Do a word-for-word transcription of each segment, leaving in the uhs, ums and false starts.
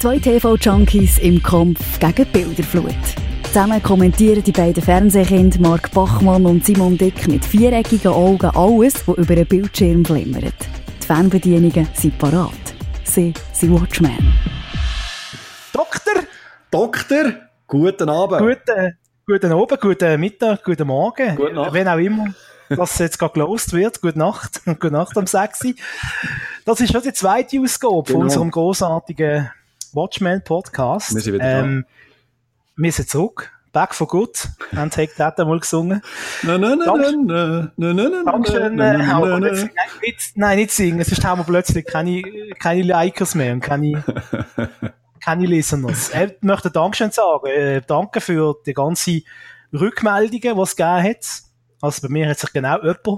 Zwei T V-Junkies im Kampf gegen die Bilderflut. Zusammen kommentieren die beiden Fernsehkinder Mark Bachmann und Simon Dick mit viereckigen Augen alles, was über den Bildschirm glimmert. Die Fernbedienungen sind parat. Sie sind Watchmen. Doktor! Doktor, guten Abend. Guten, guten Abend, guten Mittag, guten Morgen. Gute Nacht. Wenn auch immer das jetzt gerade gelost wird. Gute Nacht. Gute Nacht am sechs Uhr. Das ist schon die zweite Ausgabe Genau. von unserem grossartigen Watchmen-Podcast. Wir sind wieder ähm, wir sind zurück. Back for good. Haben Take That einmal gesungen. Na, na, na, Danke- na, na, na, na, Dankeschön. na, Äh, na, aber na, nicht, nicht, nein, nicht singen. Sonst haben wir plötzlich keine, keine Likers mehr und keine, keine Listeners. Ich möchte Dankeschön sagen. Äh, danke für die ganzen Rückmeldungen, die es gegeben hat. Also bei mir hat sich genau jemand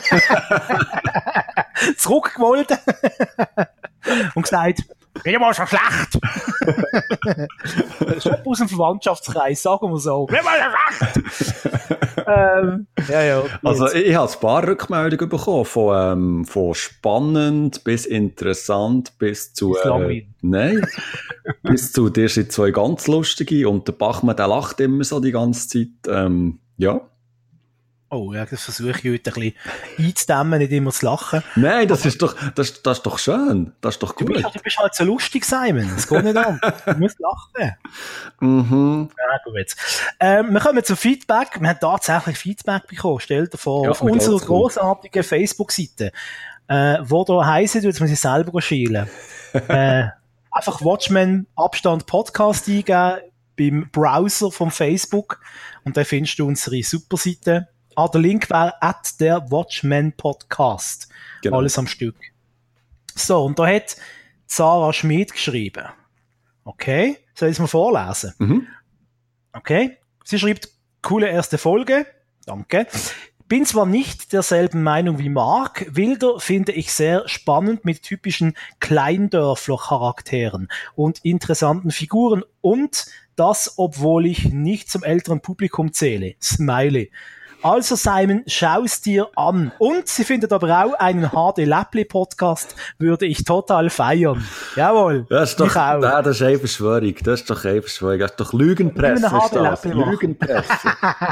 zurückgewollt und gesagt, wieder mal so schlecht. Schon aus dem Verwandtschaftskreis, sagen wir so. Wieder mal so schlecht. ähm, ja, ja. Also jetzt. ich, ich habe ein paar Rückmeldungen bekommen, von, ähm, von spannend bis interessant bis zu... Bis langweilig. Nein, bis zu dir sind zwei ganz lustige und der Bachmann, der lacht immer so die ganze Zeit. Ähm, ja. Oh, ja, das versuche ich heute ein bisschen einzudämmen, nicht immer zu lachen. Nein, das ist doch, das, das ist doch schön. Das ist doch Du gut. bist, du bist halt so lustig, Simon. Es geht nicht an. Du musst lachen. Mhm. Ja, gut. Ähm, wir kommen zum Feedback. Wir haben tatsächlich Feedback bekommen. Stell dir vor, Ja, auf mir unserer geht's gut. grossartigen Facebook-Seite, äh, wo da heissen, jetzt muss ich selber schielen. äh, einfach Watchmen Abstand Podcast eingeben beim Browser vom Facebook und dann findest du unsere Superseite. Ah, der Link wäre at der Watchmen Podcast. Genau. Alles am Stück. So, und da hat Sarah Schmid geschrieben. Okay, soll ich es mal vorlesen? Mhm. Okay, sie schreibt, coole erste Folge. Danke. Bin zwar nicht derselben Meinung wie Mark, Wilder finde ich sehr spannend mit typischen Kleindörfler-Charakteren und interessanten Figuren und das, obwohl ich nicht zum älteren Publikum zähle. Smiley. Also Simon, schau es dir an. Und sie findet aber auch einen H D Läppli Podcast, würde ich total feiern. Jawohl. Das ist doch, ich auch. nein, das ist eine Verschwörung. Das ist doch eine Verschwörung. Das ist doch Lügenpresse. Immer eine Ist das. H D Läppli machen. Lügenpresse.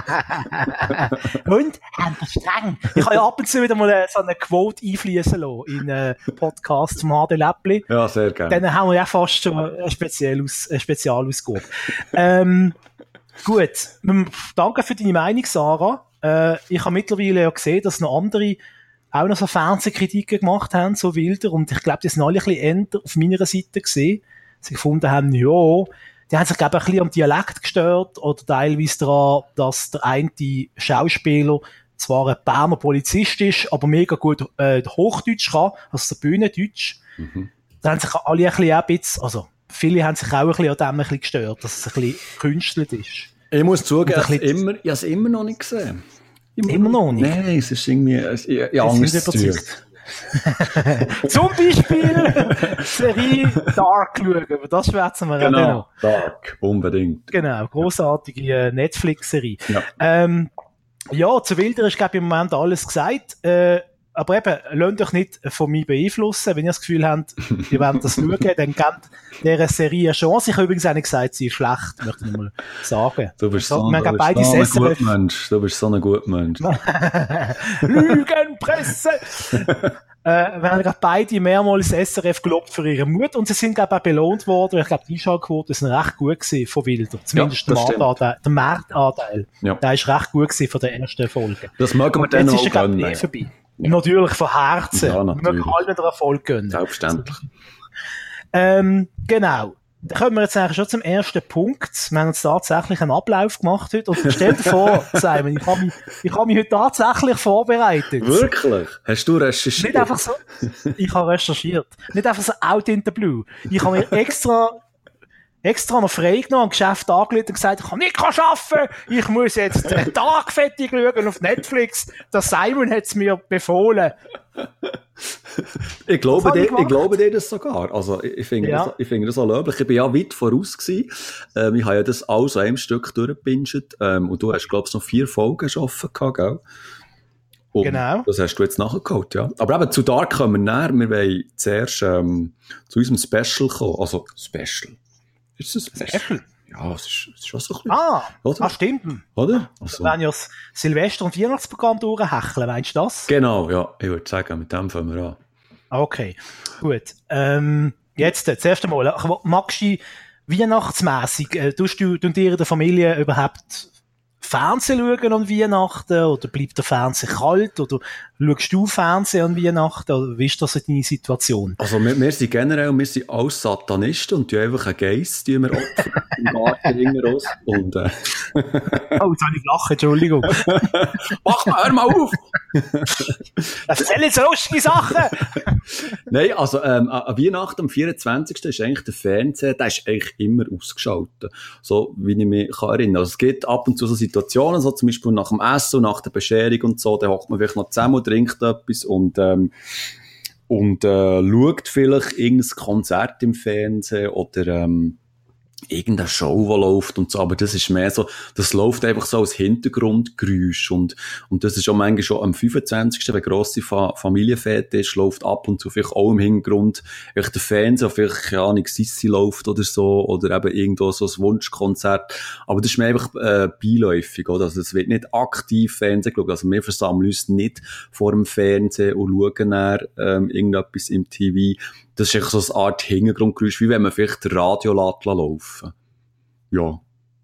Und? Haben wir streng. Ich habe ja ab und zu wieder mal äh, so eine Quote einfließen lassen in einen Podcast zum H D Läppli. Ja, sehr gerne. Dann haben wir ja fast schon eine, Spezialaus, eine Spezialausgabe. ähm, gut. Ähm, Danke für deine Meinung, Sarah. Äh, ich habe mittlerweile ja gesehen, dass noch andere auch noch so Fernsehkritiken gemacht haben, so Wilder. Und ich glaube, die sind alle ein bisschen eher auf meiner Seite gesehen. Sie gefunden haben, ja, die haben sich, glaube ich, ein bisschen am Dialekt gestört oder teilweise daran, dass der eine Schauspieler zwar ein Berner Polizist ist, aber mega gut äh, Hochdeutsch kann, also so Bühnendeutsch. Mhm. Da haben sich alle ein bisschen, auch ein bisschen, also viele haben sich auch ein bisschen an dem ein bisschen gestört, dass es ein bisschen gekünstelt ist. Ich muss zugeben, Und ein ich habe immer, ich habe es immer noch nicht gesehen. Immer noch nicht? Nein, es ist irgendwie, es, ich, ich Es habe ist Angst zu überzeugt. Zum Beispiel Serie Dark schauen, aber das schwätzen wir auch Genau, noch. Dark, unbedingt. Genau, grossartige äh, Netflix-Serie. Ja. Ähm, ja, zu Wilder ist, glaube ich, im Moment alles gesagt. Äh, aber eben, lasst euch nicht von mir beeinflussen. Wenn ihr das Gefühl habt, ihr wollt das schauen, dann gebt dieser Serie eine Chance. Ich habe übrigens auch nicht gesagt, sie ist schlecht, möchte ich mal sagen. Du bist so, Wir du haben bist beide so ein S R F. guter Mensch. Du bist so ein guter Mensch. Lügenpresse! äh, wir haben gerade beide mehrmals S R F gelobt für ihren Mut und sie sind, glaube ich, auch belohnt worden. Ich glaube, die Einschaltquoten sind recht gut gewesen von Wilder. Zumindest Ja, der, das stimmt. Marktanteil, der Marktanteil. Ja. Der ist recht gut gewesen von der ersten Folge. Das mögen wir Und dann jetzt auch ist er, glaube ich, gönnen. eh vorbei. Natürlich von Herzen. Ja, Wir natürlich. mögen allen den Erfolg gönnen. Selbstverständlich. Ähm, genau. Da kommen wir jetzt eigentlich schon zum ersten Punkt. Wir haben uns tatsächlich einen Ablauf gemacht heute. Und stell dir vor, Simon, ich habe mich, ich habe mich heute tatsächlich vorbereitet. Wirklich? Hast du recherchiert? Nicht einfach so, ich habe recherchiert. Nicht einfach so out in the blue. Ich habe mir extra, extra noch frei genommen, ein Geschäft angelegt und gesagt, ich kann nicht arbeiten, ich muss jetzt den Tag fertig schauen auf Netflix. Der Simon hat es mir befohlen. Ich glaube, Was dir, habe ich ich gemacht? glaube dir das sogar. Also, ich, ich finde Ja. das, ich finde das auch löblich. Ich bin ja weit voraus gewesen. Ähm, ich habe ja das alles an einem Stück durchgebinged. Ähm, und du hast, glaube ich, noch vier Folgen schon offen gehabt, gell? Und genau. Das hast du jetzt nachgeholt, ja. Aber eben, zu Dark kommen wir näher. Wir wollen zuerst ähm, zu unserem Special kommen. Also, Special. Ist es ein Special? Special? Ja, es ist, es ist schon so ein bisschen. Ah, oder? Ah, stimmt. Oder? Also. Wir werden ja das Silvester- und Weihnachtsprogramm durchhecheln, meinst du das? Genau, ja. Ich würde sagen, mit dem fangen wir an. Okay, gut. Ähm, jetzt, das erste Mal. Magst du weihnachtsmässig, äh, tust du, tun dir in der Familie überhaupt Fernsehen schauen an Weihnachten? Oder bleibt der Fernseher kalt? Oder schaust du Fernsehen an Weihnachten? Oder wie ist das in deine Situation? Also, wir, wir sind generell, wir sind alles Satanisten und die einfach einen Geist, die wir opfern im Garten hinten raus. Und, äh. Oh, jetzt habe ich gelacht, Entschuldigung. Mach mal, hör mal auf! Erzähl jetzt lustige Sachen! Nein, also, ähm, an Weihnachten am vierundzwanzigsten ist eigentlich der Fernseher, der ist eigentlich immer ausgeschaltet. So, wie ich mich kann erinnern. Also, es gibt ab und zu so Situationen, so zum Beispiel nach dem Essen und nach der Bescherung und so, da hockt man vielleicht noch zusammen und trinkt etwas und, ähm, und, äh, schaut vielleicht irgendein Konzert im Fernsehen oder, ähm, irgendeine Show, die läuft und so, aber das ist mehr so, das läuft einfach so als Hintergrundgeräusch und, und das ist auch manchmal schon am fünfundzwanzigsten wenn grosse Fa- Familienfete ist, läuft ab und zu vielleicht auch im Hintergrund echt der Fernseher, vielleicht, keine Ahnung, Sissi läuft oder so, oder eben irgendwo so ein Wunschkonzert, aber das ist mir einfach, äh, beiläufig, oder? Also es wird nicht aktiv Fernsehen geschaut, also wir versammeln uns nicht vor dem Fernsehen und schauen dann, ähm, irgendetwas im T V. Das ist echt so eine Art Hintergrundgeräusch, wie wenn man vielleicht das Radio laufen. Ja.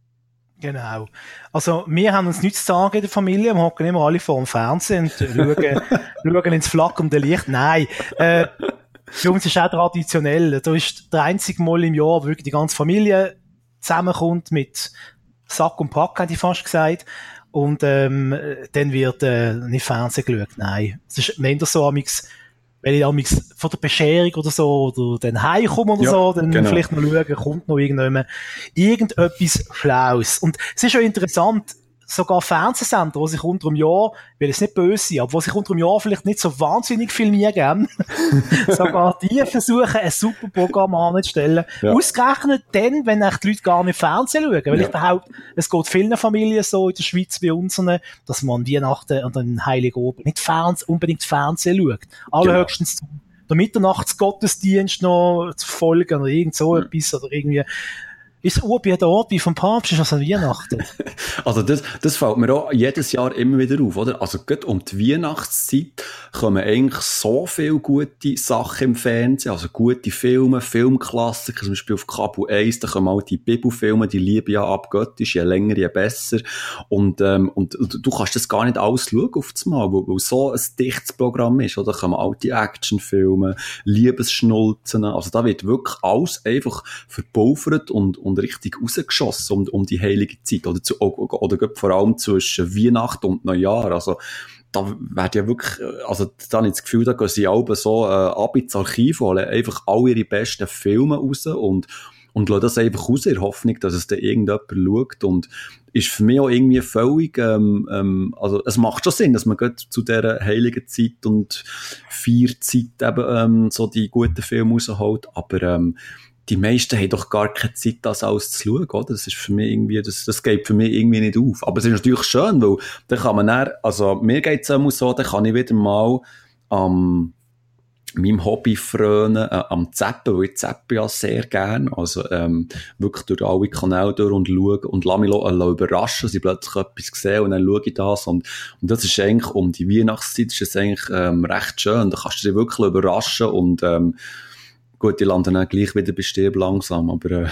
Genau. Also, wir haben uns nichts zu sagen in der Familie. Wir hocken immer alle vor dem Fernsehen und schauen, schauen ins flackernde Licht. Nein. Äh, für uns ist auch traditionell. Da ist der einzige Mal im Jahr, wo wirklich die ganze Familie zusammenkommt mit Sack und Pack, hätte ich fast gesagt. Und, ähm, dann wird, äh, nicht Fernsehen geschaut. Nein. Es ist mehr so amix, wenn ich amix von der Bescherung oder so, oder dann heimkomme oder ja, so, dann genau. Vielleicht noch schauen, kommt noch irgendjemand, irgendetwas Schlaues. Und es ist schon interessant, sogar Fernsehsender, die sich unter dem Jahr, ich will es nicht böse sein, aber die sich unter dem Jahr vielleicht nicht so wahnsinnig viel Mühe geben, sogar die versuchen, ein super Programm anzustellen. Ja. Ausgerechnet dann, wenn echt die Leute gar nicht Fernsehen schauen. Weil ja. Ich behaupte, es geht vielen Familien so in der Schweiz wie unseren, dass man an Weihnachten und an Heiligabend nicht Fernseh, unbedingt Fernsehen schaut. Allerhöchstens genau. Der Mitternachtsgottesdienst noch zu folgen oder irgend so mhm. etwas oder irgendwie. Ist Urbi der Ort wie vom Papst, ist das an Weihnachten? Also das, das fällt mir auch jedes Jahr immer wieder auf, oder? Also gerade um die Weihnachtszeit kommen eigentlich so viele gute Sachen im Fernsehen, also gute Filme, Filmklassiker, zum Beispiel auf Kabel eins, da kommen auch die Bibelfilme, die liebe ja abgöttisch, je länger, je besser. Und, ähm, und du kannst das gar nicht alles schauen auf das Mal, weil, weil so ein dichtes Programm ist, oder? Da kommen auch die Actionfilme, Liebesschnulzen, also da wird wirklich alles einfach verpulvert und, und richtig rausgeschossen um, um die heilige Zeit. Oder, zu, oder, oder vor allem zwischen Weihnachten und Neujahr. Also, da wird ja wirklich, also, da habe ich das Gefühl, da gehen sie alle so, äh, ab ins Archiv, holen einfach alle ihre besten Filme raus und, und lassen das einfach raus in der Hoffnung, dass es dann irgendjemand schaut. Und ist für mich auch irgendwie völlig, ähm, ähm, also, es macht schon Sinn, dass man gerade zu dieser heiligen Zeit und Feierzeit eben, ähm, so die guten Filme rausholt. Aber, ähm, die meisten haben doch gar keine Zeit, das alles zu schauen, oder? Das ist für mich irgendwie, das, das geht für mich irgendwie nicht auf. Aber es ist natürlich schön, weil dann kann man dann, also mir geht es immer so, dann kann ich wieder mal am ähm, meinem Hobby frönen, äh, am Zappen, weil ich zappe ja sehr gern, also ähm, wirklich durch alle Kanäle durch und schaue und lasse mich äh, überraschen, dass ich plötzlich etwas sehe und dann schaue ich das und, und das ist eigentlich, um die Weihnachtszeit ist das eigentlich ähm, recht schön, da kannst du dich wirklich überraschen und ähm, gut, die landen dann gleich wieder bei Stirb langsam, aber äh.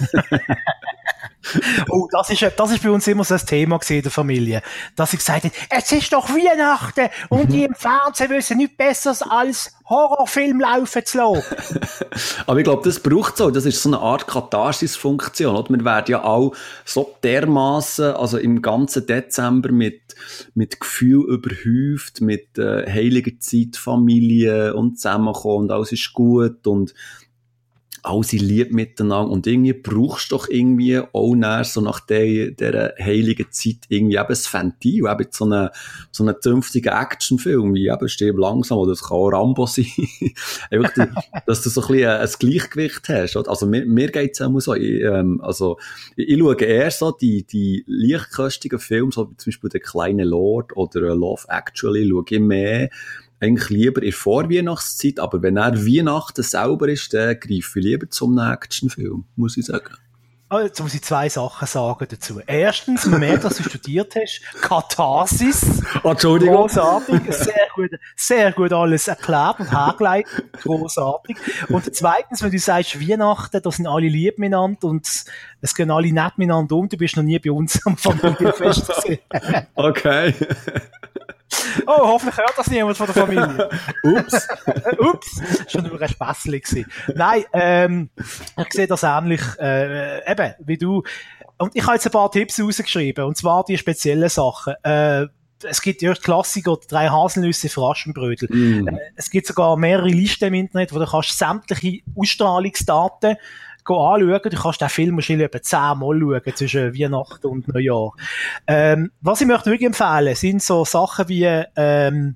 Oh, das ist, das ist bei uns immer so ein Thema gewesen in der Familie, dass ich gesagt habe, es ist doch Weihnachten und die im Fernsehen wissen nichts Besseres als Horrorfilm laufen zu lassen. Aber ich glaube, das braucht so, das ist so eine Art Katharsis-Funktion, oder? Wir werden ja auch so dermassen, also im ganzen Dezember mit, mit Gefühl überhäuft, mit äh, heiliger Zeit, Familie und Zusammenkommen und alles ist gut und alle sind lieb miteinander und irgendwie brauchst du doch irgendwie auch näher so nach der, dieser heiligen Zeit irgendwie eben das Ventil, eben so einen, so einen zünftigen Actionfilm, wie eben Stirb langsam, oder das kann auch Rambo sein. Einfach, dass du so ein bisschen ein Gleichgewicht hast. Oder? Also mir, mir geht's auch so, ich, ähm, also ich, ich schaue eher so die, die leichtköstigen Filme, so wie zum Beispiel «Der kleine Lord» oder «Love Actually», schaue ich mehr eigentlich lieber in der Vorweihnachtszeit, aber wenn er Weihnachten selber ist, dann greife ich lieber zum Actionfilm, muss ich sagen. Also, jetzt muss ich zwei Sachen sagen dazu. Erstens, man merkt, dass du studiert hast, Katharsis. Oh, Entschuldigung. Großartig, sehr gut, sehr gut alles erklärt und hergeleitet. Großartig. Und zweitens, wenn du sagst, Weihnachten, da sind alle lieb miteinander und es gehen alle nett miteinander um, du bist noch nie bei uns am Familienfest gesehen. Okay. Oh, hoffentlich hört das niemand von der Familie. Ups. Ups. Schon nur ein Späßchen gewesen. Nein, ähm, ich sehe das ähnlich, äh, eben, wie du. Und ich habe jetzt ein paar Tipps rausgeschrieben, und zwar die speziellen Sachen. Äh, es gibt ja Klassiker, drei Haselnüsse für Aschenbrödel. Mm. Äh, es gibt sogar mehrere Listen im Internet, wo du kannst sämtliche Ausstrahlungsdaten anschauen. Du kannst den Film wahrscheinlich etwa zehnmal schauen zwischen Weihnachten und Neujahr. Ähm, was ich möchte wirklich empfehlen, sind so Sachen wie ähm,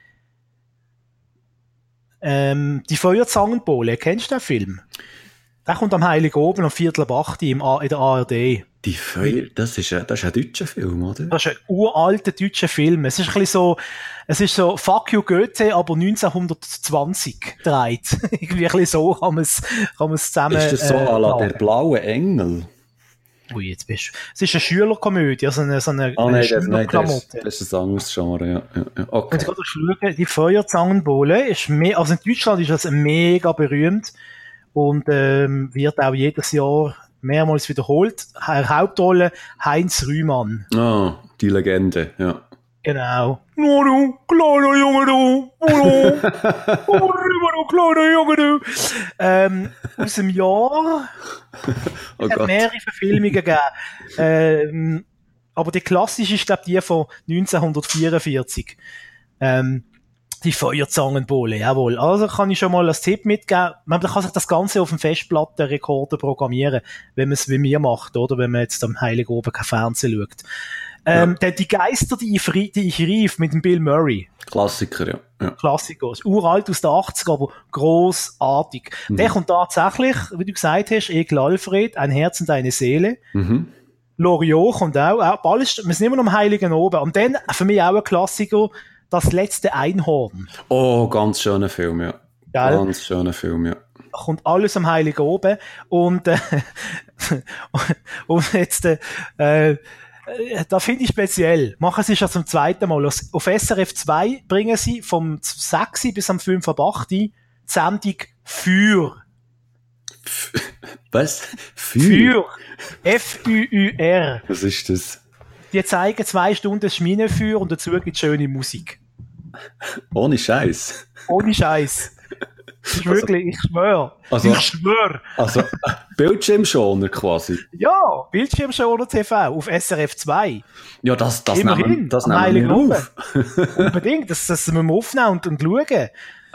ähm, die Feuerzangenbowle. Kennst du den Film? Der kommt am Heiligen Oben um Viertel ab acht in der A R D. Die Feuer, das ist ein, das ist ein deutscher Film, oder? Das ist ein uralter deutscher Film. Es ist ein bisschen so, es ist so Fuck you Goethe, aber neunzehnhundertzwanzig gedreht. Irgendwie ein bisschen so kann man es, kann man es zusammen. Ist das so äh, à la der blaue Engel? Ui, jetzt bist du. Es ist eine Schülerkomödie, also eine, so eine, ah, eine nein, das, nein, das, Schülerklamotte. das ist ein anderes Genre, ja. ja, ja. Okay. Und ich kann schauen, die Feuerzangenbowle ist mehr, also in Deutschland ist das mega berühmt und ähm, wird auch jedes Jahr mehrmals wiederholt. Hauptrolle Heinz Rühmann. Ah, die Legende, ja. Genau. No, du, kleiner Junge, du. Oh, oh, du, kleiner Junge, du. Ähm, aus dem Jahr. Oh es hat Gott. mehrere Verfilmungen gegeben. Ähm, aber die klassische ist, glaube ich, die von neunzehnhundertvierundvierzig. Ähm, die Feuerzangenbowle, jawohl. Also kann ich schon mal als Tipp mitgeben. Man kann sich das Ganze auf dem Festplattenrekorder programmieren, wenn man es wie mir macht, oder? Wenn man jetzt am Heiligen Oben kein Fernsehen schaut. Ähm, ja. Die Geister, die ich, die ich rief, mit dem Bill Murray. Klassiker, ja. ja. Klassiker. Uralt aus den achtziger, aber grossartig. Mhm. Der kommt tatsächlich, wie du gesagt hast, Egel Alfred, Ein Herz und eine Seele. Mhm. Loriot kommt auch. auch alles, wir sind immer noch am Heiligen Oben. Und dann, für mich auch ein Klassiker, Das letzte Einhorn. Oh, ganz schöner Film, ja. Gell? Ganz schöner Film, ja. Da kommt alles am Heiligen Oben. Und, äh, und jetzt, äh, da finde ich speziell. Machen sie es ja zum zweiten Mal. Auf S R F zwei bringen sie vom sechs bis am fünf ab acht die Sendung Für. Was? Für? Für. F Ü Ü R. Was ist das? Die zeigen zwei Stunden Schminenfeuer und dazu gibt es schöne Musik. Ohne Scheiß. Ohne Scheiß. Das ist wirklich, ich schwöre. Also, ich schwöre. Also, Bildschirmschoner quasi. Ja, Bildschirmschoner T V auf S R F zwei. Ja, das, das Immerhin, nehmen, das nehmen wir auf. Unbedingt, das, das müssen wir aufnehmen und, und schauen.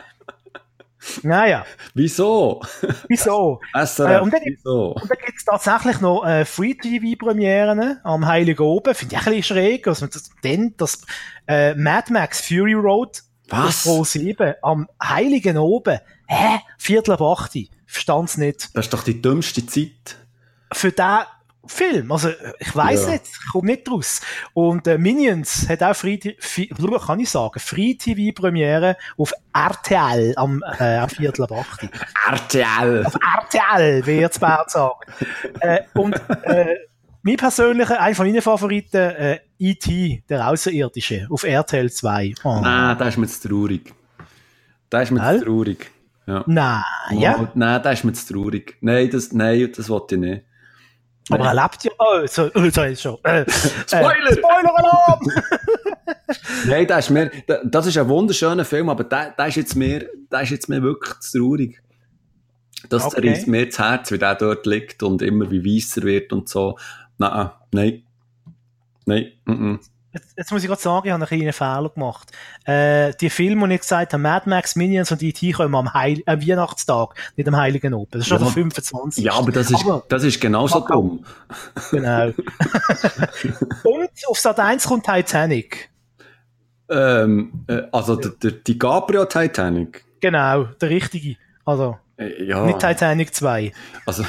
Naja. Wieso? Wieso? S R F, äh, und dann, wieso? Und dann gibt es tatsächlich noch äh, Free-T V-Premieren am Heiligen Oben. Finde ich ein bisschen schräg. Also das, dann das äh, Mad Max Fury Road Was? auf Pro sieben am Heiligen Oben. Hä? Viertel ab acht. Verstand's nicht. Das ist doch die dümmste Zeit. Für den Film. Also, ich weiss Ja. nicht. Ich komme nicht raus. Und äh, Minions hat auch Free, Free, kann ich sagen, Free-T V-Premiere auf R T L am äh, am Viertel ab acht. R T L. Auf R T L, wie jetzt bald sagen. äh, und äh, mein persönlicher, einer von meinen Favoriten, äh, E T, der Außerirdische, auf R T L zwei. Oh. Nein, das ist mir zu traurig. Das ist mir Well? zu traurig. Ja. Nein, Oh, ja. Nein, das ist mir zu traurig. Nein, das, nein, das wollte ich nicht. Aber er lebt ja. Oh, so, oh, so ist schon. Äh, Spoiler! Äh, Spoiler-Alarm! Nein, das ist mir, das ist ein wunderschöner Film, aber der, der ist jetzt mir, der ist jetzt mir wirklich zu traurig. Das Okay. reißt mir das Herz, wie der dort liegt und immer wie weisser wird und so. Nein, nein. Nein, mm, mm. Jetzt, jetzt muss ich gerade sagen, ich habe einen kleinen Fehler gemacht. Äh, die Filme, die ich gesagt habe, Mad Max, Minions und E T kommen am Heil äh, Weihnachtstag, nicht am Heiligen Abend. Das ist schon Ja. der fünfundzwanzigste Ja, aber das ist, Aber- das ist genauso Okay. dumm. Genau. Und auf Sat eins kommt Titanic. Ähm, äh, also der, der DiCaprio Titanic. Genau, der richtige. Also, Äh, ja, nicht Titanic zwei. also...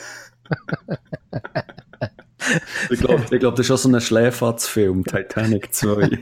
ich glaube, ich glaub, das ist schon so ein Schläferz-Film, Titanic zwei.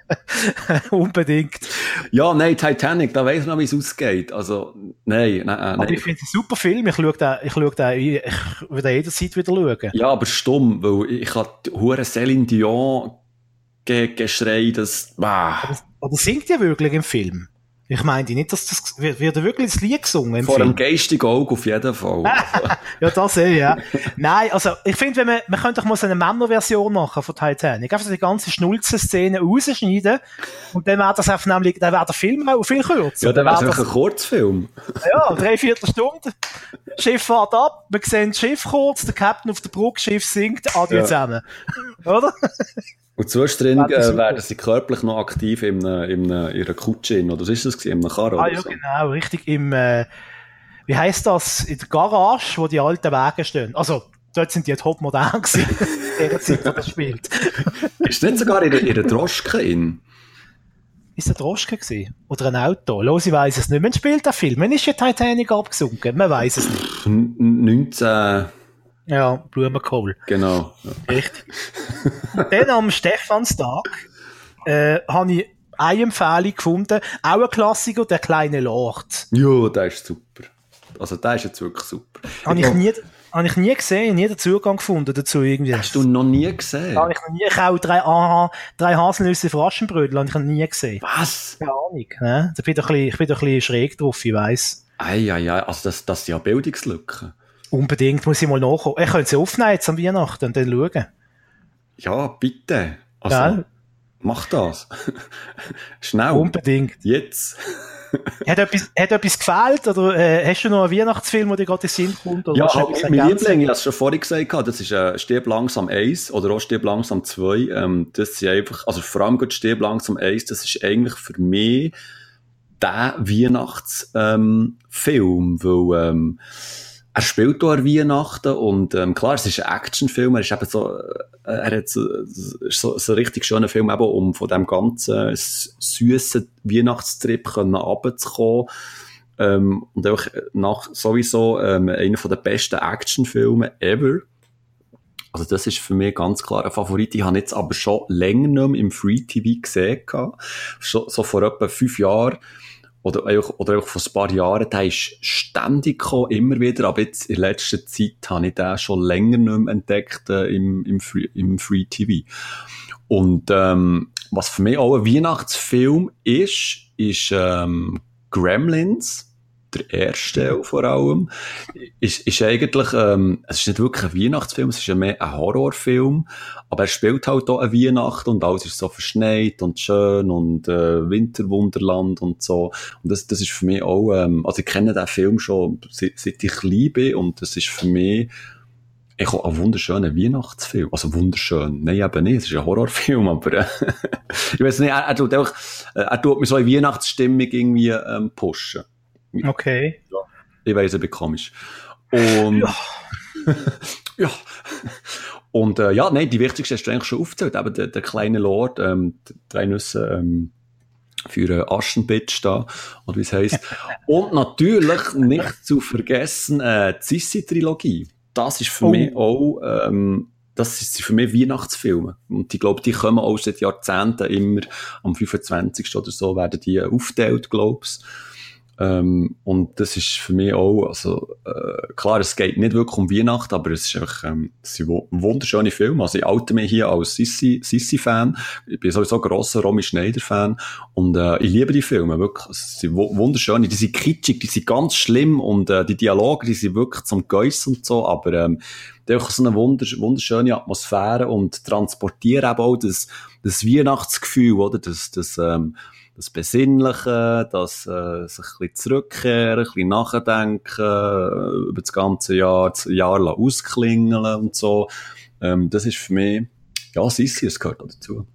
Unbedingt. Ja, nein, Titanic, da weiss man, wie es ausgeht. Also, nein, nein, Aber nein. ich finde es ein super Film. Ich schaue den, ich schaue den, ich, ich würde jederzeit wieder schauen. Ja, aber stumm, weil ich hatte hure Céline Dion ge geschrei, das, bah. Oder singt die wirklich im Film? Ich meine nicht, dass das, wird, wird wirklich das Lied gesungen im Vor Film? einem geistigen Auge auf jeden Fall. Also, Ja, das eh, ja. Nein, also, ich finde, wenn man, man könnte doch mal so eine Männerversion machen von Titanic. Einfach so die ganze Schnulzen-Szene rausschneiden. Und dann wäre das einfach nämlich, dann wäre der Film auch viel kürzer. ja, dann wäre es wär einfach ein Kurzfilm. Ja, dreiviertel Stunde. Schiff fährt ab, wir sehen das Schiff kurz, der Captain auf der Brücke, Schiff sinkt, adieu Ja. zusammen. Oder? Und zwischendrin Wäre das äh, super. werden sie körperlich noch aktiv in, einer- in, einer- in ihrer Kutsche, oder was ist das gewesen? In einem Karren Ah, oder ja, so. genau, richtig im, äh, wie heisst das? In der Garage, wo die alten Wagen stehen. Also, dort sind die top modern gewesen. In der Zeit, wo das spielt. Ist nicht sogar in der, in der Droschke in? Ist der Droschke gewesen? Oder ein Auto? Los, ich weiss es nicht. Man spielt den Film. Wann ist ja Titanic abgesunken? Man weiss es nicht. N- neunzehn, Ja, Blumenkohl. genau. Ja. Richtig. Und dann am Stephanstag äh, habe ich eine Empfehlung gefunden. Auch ein Klassiker, der kleine Lord. Ja, der ist super. Also, der ist jetzt wirklich super. Habe ich glaub, nie, habe ich nie gesehen, nie den Zugang gefunden dazu irgendwie. Hast du noch nie gesehen? Habe ich noch nie, ich auch drei, aha, drei Haselnüsse für Aschenbrödel habe ich noch nie gesehen. Was? Keine Ahnung, ne? Da bin ich doch ein bisschen, ich bin doch ein bisschen schräg drauf, ich weiss. Eieiei, also das, das sind ja Bildungslücken. Unbedingt, muss ich mal nachkommen. Ich könnte sie aufnehmen jetzt am Weihnachten und dann schauen. Ja, bitte. Also, Gell? mach das. Schnell. Unbedingt. Jetzt. Hat etwas, hat etwas gefehlt? Oder äh, hast du noch einen Weihnachtsfilm, der dir gerade in den Sinn kommt? Oder Ja, hast du halt, etwas mein ergänzen? Liebling, ich habe es schon vorhin gesagt, das ist äh, Stirb langsam eins oder auch Stirb langsam zwei. Ähm, das sind einfach, also vor allem gerade Stirb langsam eins, das ist eigentlich für mich der Weihnachtsfilm, ähm, Film, weil ähm, er spielt hier an Weihnachten und ähm, klar, es ist ein Actionfilm, er ist eben so, äh, er hat so, so, so einen richtig schönen Film, eben, um von dem ganzen süßen Weihnachtstrip können runterzukommen. Ähm, und einfach nach sowieso ähm, einer von der besten Actionfilme ever. Also das ist für mich ganz klar ein Favorit. Ich habe jetzt aber schon länger nicht mehr im Free-T V gesehen. Schon so vor etwa fünf Jahren. Oder einfach, oder einfach vor ein paar Jahren. Der ist ständig gekommen, immer wieder. Aber jetzt in letzter Zeit habe ich den schon länger nicht mehr entdeckt äh, im, im, Free, im Free-T V. Und ähm, was für mich auch ein Weihnachtsfilm ist, ist ähm, Gremlins. Der erste vor allem, ist, ist eigentlich, ähm, es ist nicht wirklich ein Weihnachtsfilm, es ist ja mehr ein Horrorfilm, aber er spielt halt auch eine Weihnacht und alles ist so verschneit und schön und äh, Winterwunderland und so. Und das, das ist für mich auch, ähm, also ich kenne den Film schon seit, seit ich klein bin und das ist für mich ich auch ein wunderschöner Weihnachtsfilm. Also wunderschön. Nein, eben nicht. Es ist ein Horrorfilm, aber äh, ich weiß nicht, er, er tut einfach, äh, er tut mir so eine Weihnachtsstimmung irgendwie ähm, pushen. Okay. Ja, ich weiss, er bin komisch. Und, Ja. ja. Und, äh, ja, nein, die wichtigste hast du eigentlich schon aufgezählt. Eben der, der kleine Lord, ähm, die drei Nüsse, ähm, für äh, Aschenbitsch da, oder wie es heisst. Und natürlich nicht zu vergessen, äh, die Sissi-Trilogie. Das ist für Oh. mich auch, ähm, das ist für mich Weihnachtsfilme. Und ich glaube, die kommen auch seit Jahrzehnten immer am fünfundzwanzigsten oder so, werden die aufgeteilt, glaub's. Ähm, und das ist für mich auch, also, äh, klar, es geht nicht wirklich um Weihnachten, aber es ist einfach, ähm, es sind wo- wunderschöne Filme. Also ich oute mich hier als Sissi, Sissi-Fan. Ich bin sowieso ein grosser Romy Schneider-Fan. Und, äh, ich liebe die Filme, wirklich. Es sind wu- wunderschöne. Die sind kitschig, die sind ganz schlimm und, äh, die Dialoge, die sind wirklich zum Geiss und so, aber, ähm, die haben einfach so eine wundersch- wunderschöne Atmosphäre und transportieren eben auch das, das Weihnachtsgefühl, oder? Das, das, ähm, das Besinnliche, das äh, sich ein bisschen zurückkehren, ein bisschen nachdenken, äh, über das ganze Jahr, das Jahr lassen ausklingeln und so. Ähm, das ist für mich, ja, Sissi, es gehört auch dazu.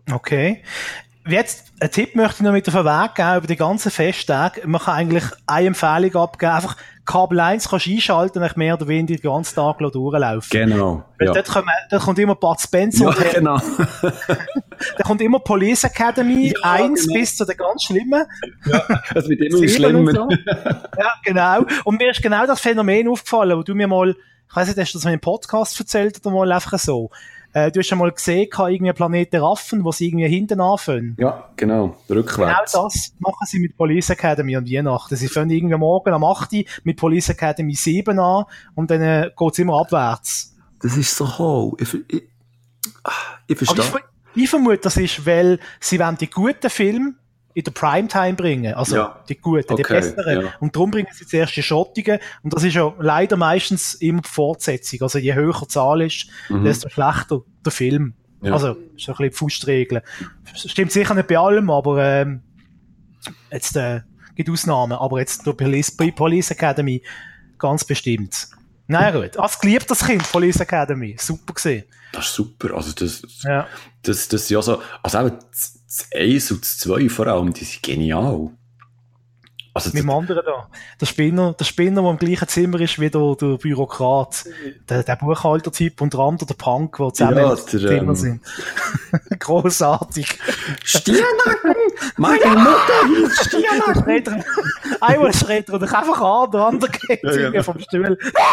Okay. Jetzt, einen Tipp möchte ich noch mit auf den Weg geben über die ganzen Festtage. Man kann eigentlich eine Empfehlung abgeben, einfach Kabel eins kannst du einschalten, und mehr oder weniger den ganzen Tag durchlaufen. Genau. Weil Ja, dort, kommen, dort kommt immer Bud Spencer ja und Hel- genau. da kommt immer Police Academy Ja, eins genau. bis zu den ganz schlimmen. Es wird immer Serien und schlimmer. so. Ja, genau. Und mir ist genau das Phänomen aufgefallen, wo du mir mal, ich weiss nicht, hast du das in einem Podcast erzählt oder mal einfach so? Äh, du hast ja mal gesehen, irgendwie Planet der Affen, wo sie irgendwie hinten anfangen. Ja, genau. Genau Rückwärts. das machen sie mit Police Academy an Weihnachten. Sie fangen irgendwie morgen am acht Uhr mit Police Academy sieben an und dann äh, geht's immer abwärts. Das ist so hohl. Ich, ich, ich Aber ich, verstehe. ver- ich vermute, das ist, weil sie wollen die guten Filme in der Primetime bringen. Also Ja. die guten, die Okay, besseren. ja. Und darum bringen sie zuerst die Schottigen. Und das ist ja leider meistens immer die Fortsetzung. Also je höher die Zahl ist, Mhm. desto schlechter der Film. Ja. Also, ist so ein bisschen die Faustregel. Stimmt sicher nicht bei allem, aber ähm, jetzt äh, gibt Ausnahmen. Aber jetzt durch Police, Police Academy ganz bestimmt. Naja gut, als geliebtes Kind Police Academy. Super gesehen. Das ist super. Also das, Ja. das, das ist ja so, also eben das das eins und das zwei vor allem, die sind genial. Also Mit dem anderen da. Der Spinner, der Spinner, der im gleichen Zimmer ist wie der, der Bürokrat. Der, der Buchhalter-Typ und der andere, der Punk, die zusammen Ja, im der, Zimmer ähm, sind. Grossartig. Stiernacken! Meine Mutter hieß Stiernacken! Schreit er- Einmal schreit er dich einfach an, der andere geht Ja, ja. irgendwie vom Stuhl.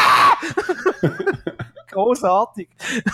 Grossartig.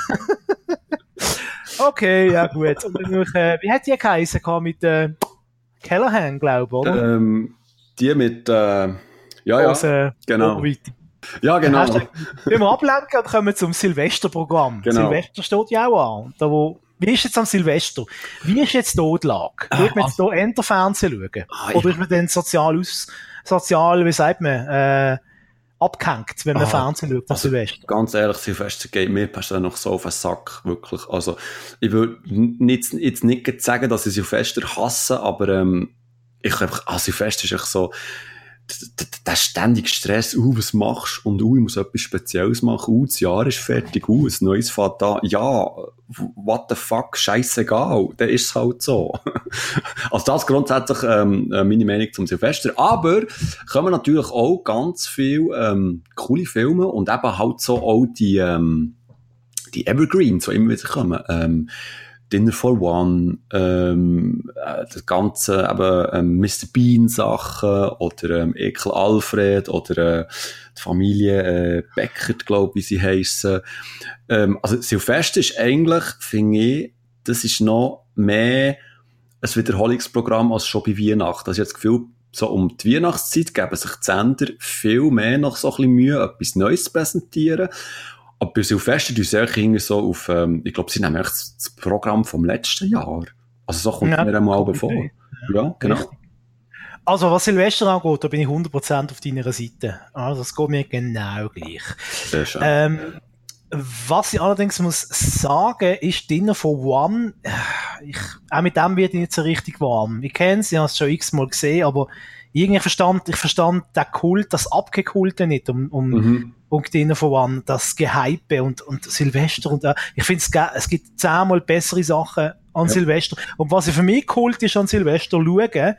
Okay, ja gut. Und dann noch, äh, wie hat die geheißen gehabt mit äh, Callahan, glaube ich, oder? Ähm, die mit, äh, ja, ja, Aus, äh, genau. Oberweite. Ja, genau. Hashtag, wenn wir ablenken und kommen zum Silvesterprogramm. Genau. Silvester steht ja auch an. Da wo, wie ist jetzt am Silvester? Wie ist jetzt die Lage? Wird man jetzt hier Enter Fernsehen schauen? Ah, Oder ist man dann sozial aus, sozial, wie sagt man, äh, abgehängt, wenn man Ah, Fernsehen schaut am also, Silvester? Ganz ehrlich, Silvester geht mir persönlich noch so auf den Sack, wirklich. Also, ich würde nicht, jetzt nicht sagen, dass ich Silvester hasse, aber, ähm, ich einfach, ah, Silvester ist echt so, d- d- der ständige Stress, uh, was machst du? Und, uh, ich muss etwas Spezielles machen, uh, das Jahr ist fertig, uh, ein neues fährt da. Ja, what the fuck, scheissegal, dann ist es halt so. Also das grundsätzlich ähm, meine Meinung zum Silvester. Aber kommen natürlich auch ganz viele ähm, coole Filme und eben halt so auch die, ähm, die Evergreens, die immer wieder kommen. Ähm, Dinner for One, ähm, äh, das ganze eben, ähm, Mister Bean Sachen oder ähm, Ekel Alfred oder äh, die Familie äh, Beckert, glaube ich, wie sie heissen. Ähm, also Silvester ist eigentlich, finde ich, das ist noch mehr ein Wiederholungsprogramm als schon bei Weihnachten. Also ich habe das Gefühl, so um die Weihnachtszeit geben sich die Sender viel mehr noch so ein bisschen Mühe, etwas Neues zu präsentieren. Aber bei Silvester tun sie eigentlich irgendwie so auf, ähm, ich glaube, sie nehmen echt das Programm vom letzten Jahr. Also so kommt Ja, mir einmal gute vor. Idee. Ja, genau. Richtig. Also, was Silvester angeht, da bin ich hundert Prozent auf deiner Seite. Also, das geht mir genau gleich. Sehr schön. Ähm, was ich allerdings muss sagen, ist Dinner for One, ich, auch mit dem werde ich nicht so richtig warm. Ich kenne es, ich habe es schon x-mal gesehen, aber irgendwie verstand, ich verstand den Kult, das Abgekulte nicht um, um, Mhm. um Dinner for One, das Gehype und, und Silvester und, äh, ich finde es, ge- es gibt zehnmal bessere Sachen an Ja. Silvester. Und was ich für mich Kult ist an Silvester schauen,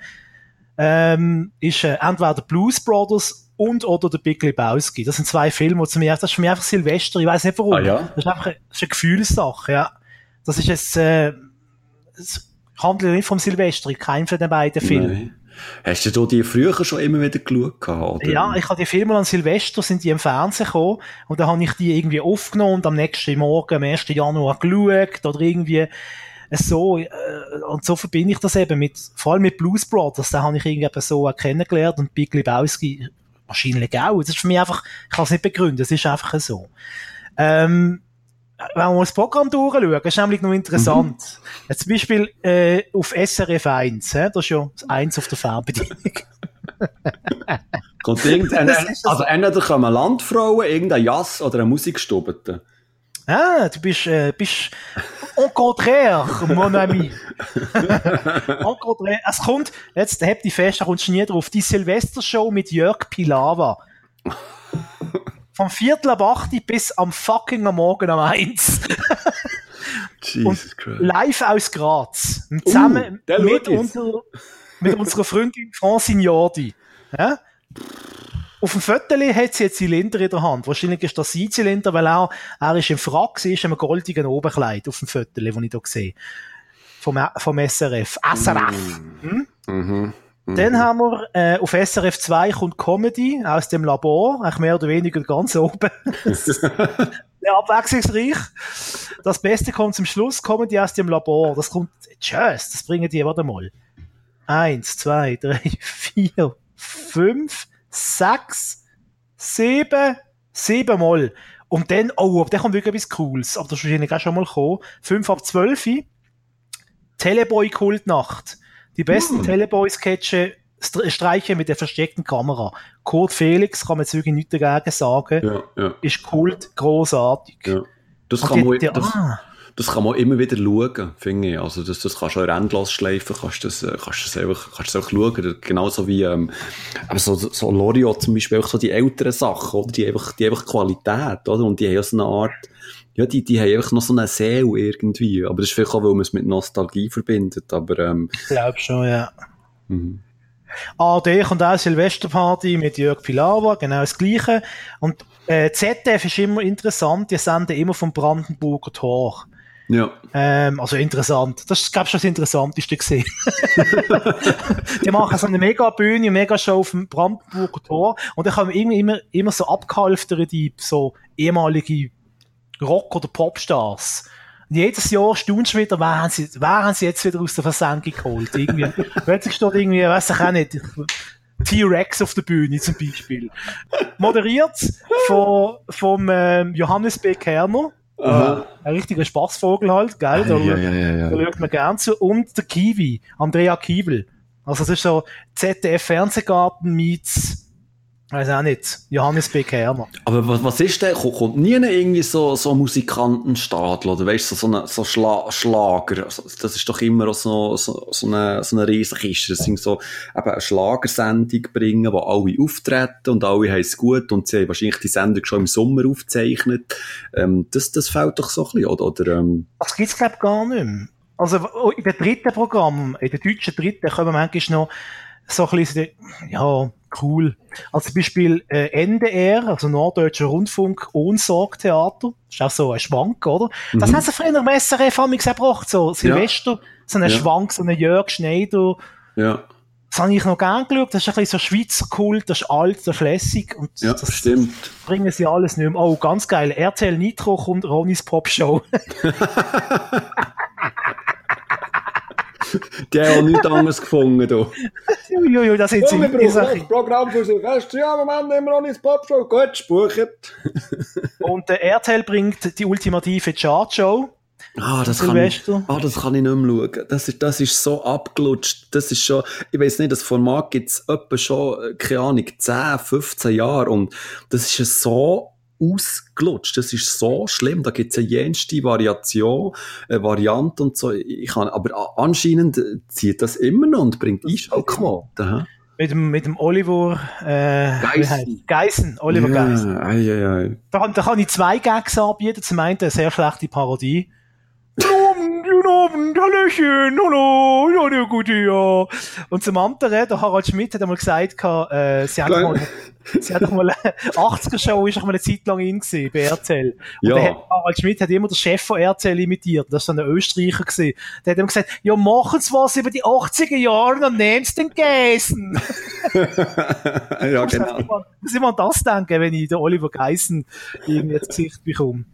ähm, ist äh, entweder Blues Brothers und oder der Big Lebowski. Das sind zwei Filme, die zu mir, das ist für mich einfach Silvester, ich weiss nicht warum. Ah, ja? Das ist einfach eine, das ist eine Gefühlssache, ja. Das ist jetzt, äh, es handelt nicht vom Silvester in keinem von den beiden Filmen. Nein. Hast du die früher schon immer wieder geschaut gehabt, oder? Ja, ich habe die Filme an Silvester, sind die im Fernsehen gekommen, und dann habe ich die irgendwie aufgenommen und am nächsten Morgen, am ersten Januar geschaut, oder irgendwie so, äh, und so verbinde ich das eben mit, vor allem mit Blues Brothers, da habe ich irgendwie so auch kennengelernt, und Big Lebowski wahrscheinlich auch. Das ist für mich einfach, ich kann es nicht begründen, es ist einfach so. Ähm, wenn wir das Programm durchschauen, ist nämlich noch interessant. Mhm. Jetzt zum Beispiel äh, auf S R F eins, äh, das ist ja das eins auf der Fernbedienung. Kommt irgendein, Das ist das- also entweder kommen Landfrauen, irgendein Jazz oder eine Musikstubete. Ah, du bist, äh, bist en contraire, mon ami. En contraire. Es kommt, jetzt habt die fest, da kommst du nie drauf, die Silvestershow mit Jörg Pilawa. Vom Viertel ab acht bis am fucking am Morgen am eins. Jesus Christ. Live aus Graz. Zusammen Uh, mit, unser, mit unserer Freundin Francine Jordi. Ja? Auf dem Foto hat sie einen Zylinder in der Hand. Wahrscheinlich ist das sein Zylinder, weil er, er ist im Frack, ist in einem goldigen Oberkleid auf dem Foto, das ich hier sehe. Vom, vom S R F. S R F. Mm. Hm? Mhm. Mhm. Dann haben wir, äh, auf S R F zwei kommt Comedy aus dem Labor, eigentlich mehr oder weniger ganz oben. Sehr abwechslungsreich. Das Beste kommt zum Schluss, Comedy aus dem Labor. Das kommt, tschüss, das bringen die, warte mal. Eins, zwei, drei, vier, fünf, sechs, sieben, sieben Mal. Und dann, oh, dann kommt wirklich etwas Cooles. Aber das ist wahrscheinlich auch schon mal gekommen. Fünf ab zwölf. Teleboy-Kultnacht. Die besten mm. Teleboy-Sketche streichen mit der versteckten Kamera. Kurt Felix, kann man jetzt wirklich nichts dagegen sagen, ja, ja. ist Kult, grossartig. Ja. Das, kann die, man, die, das, ah. das kann man immer wieder schauen, finde ich. Also das, das kannst du auch endlos schleifen, kannst das, kannst das einfach, kannst das auch schauen. Genauso wie, ähm, aber so, so Loriot zum Beispiel, auch so die älteren Sachen, oder? Die einfach, die einfach Qualität, oder? Und die haben ja so eine Art, ja, die, die haben einfach noch so eine Seele irgendwie. Aber das ist vielleicht auch, weil man es mit Nostalgie verbindet, aber, ähm. Ich glaube schon, ja. Mhm. A R D kommt auch Silvesterparty mit Jörg Pilawa, genau das Gleiche. Und, äh, Z D F ist immer interessant, die senden immer vom Brandenburger Tor. Ja. Ähm, also interessant. Das ist, glaube ich, schon das Interessanteste gesehen. Die machen so eine Megabühne, eine Megashow auf dem Brandenburger Tor. Und dann kommen immer, immer, immer so abgehalfterte, die so ehemalige Rock- oder Popstars. Und jedes Jahr staunst du wieder, wer haben sie, wer haben sie jetzt wieder aus der Versenkung geholt? Irgendwie, plötzlich steht irgendwie, weiss ich auch nicht, T-Rex auf der Bühne zum Beispiel. Moderiert von, vom, ähm, Johannes B. Kerner. Aha. Ein richtiger Spaßvogel halt, gell? Da, ja, ja, ja, ja. da schaut man gern zu. Und der Kiwi, Andrea Kiewel. Also, das ist so Z D F Fernsehgarten meets, weiß auch nicht, Johannes B. Kerner. Aber was, was ist denn? Kommt, kommt nie irgendwie so, so Musikantenstadel, oder weißt du, so, so, eine, so Schla Schlager? Das ist doch immer auch so, so, so eine, so eine Riesenkiste. Das sind so, eben eine Schlagersendung bringen, wo alle auftreten und alle haben es gut und sie haben wahrscheinlich die Sendung schon im Sommer aufgezeichnet. Ähm, das, das fehlt doch so ein bisschen, oder? oder ähm das gibt's, glaub ich, gar nicht mehr. Also, in den dritten Programm, in den deutschen dritten, kommen manchmal noch so ein bisschen, ja, cool. Also zum Beispiel äh, N D R, also Norddeutscher Rundfunk, Ohnsorgtheater. Das ist auch so ein Schwank, oder? Das Mhm. haben sie früher im S R F amigs gebracht, so Silvester, ja. So einen Ja. Schwank, so einen Jörg Schneider. Ja, Das habe ich noch gern geschaut. Das ist ein bisschen so Schweizer Kult, das ist alt, das ist lässig. Und ja, das stimmt. bringen sie alles nicht mehr. Oh, ganz geil. R T L Nitro kommt Ronnys Popshow. Die haben auch nichts anderes gefunden, du. Uiuiui, das sind sie. wir die brauchen Sache. das Programm für Silvester. Ja, wir machen immer noch nicht Popshow. Gut, spuchen. Und der R T L bringt die ultimative Chartshow. Ah, das kann ich, Silvester. ah, das kann ich nicht mehr schauen. Das ist, das ist so abgelutscht. Das ist schon, ich weiss nicht, das Format gibt's etwa schon, äh, keine Ahnung, zehn, fünfzehn Jahre und das ist ja so ausgelutscht. Das ist so schlimm. Da gibt's eine jenste Variation, eine Variante und so. Ich kann, aber a- anscheinend äh, zieht das immer noch und bringt Einschaltquoten. hä? Mit dem, mit dem Oliver, äh, Geissen. wie heißt- Geissen, Oliver ja, Geissen. ei, ei, ei. Da, kann- da kann ich zwei Gags anbieten. Zum einen eine sehr schlechte Parodie. Guten Abend, guten Abend, Hallöchen, hallo, ja, der gute, ja. Und zum anderen, der Harald Schmidt hat einmal gesagt, äh, sie hat doch mal, sie hat doch mal, achtziger-Show ist doch mal eine Zeit lang in gewesen, bei R T L. Und Ja. der hat, Harald Schmidt hat immer den Chef von R T L imitiert. Das war so ein Österreicher gewesen. Der hat ihm gesagt, ja, machen's was über die achtziger Jahre, dann nehmt's den Geissen. ja, genau. Muss ich mal an das denken, wenn ich den Oliver Geissen irgendwie ins Gesicht bekomme.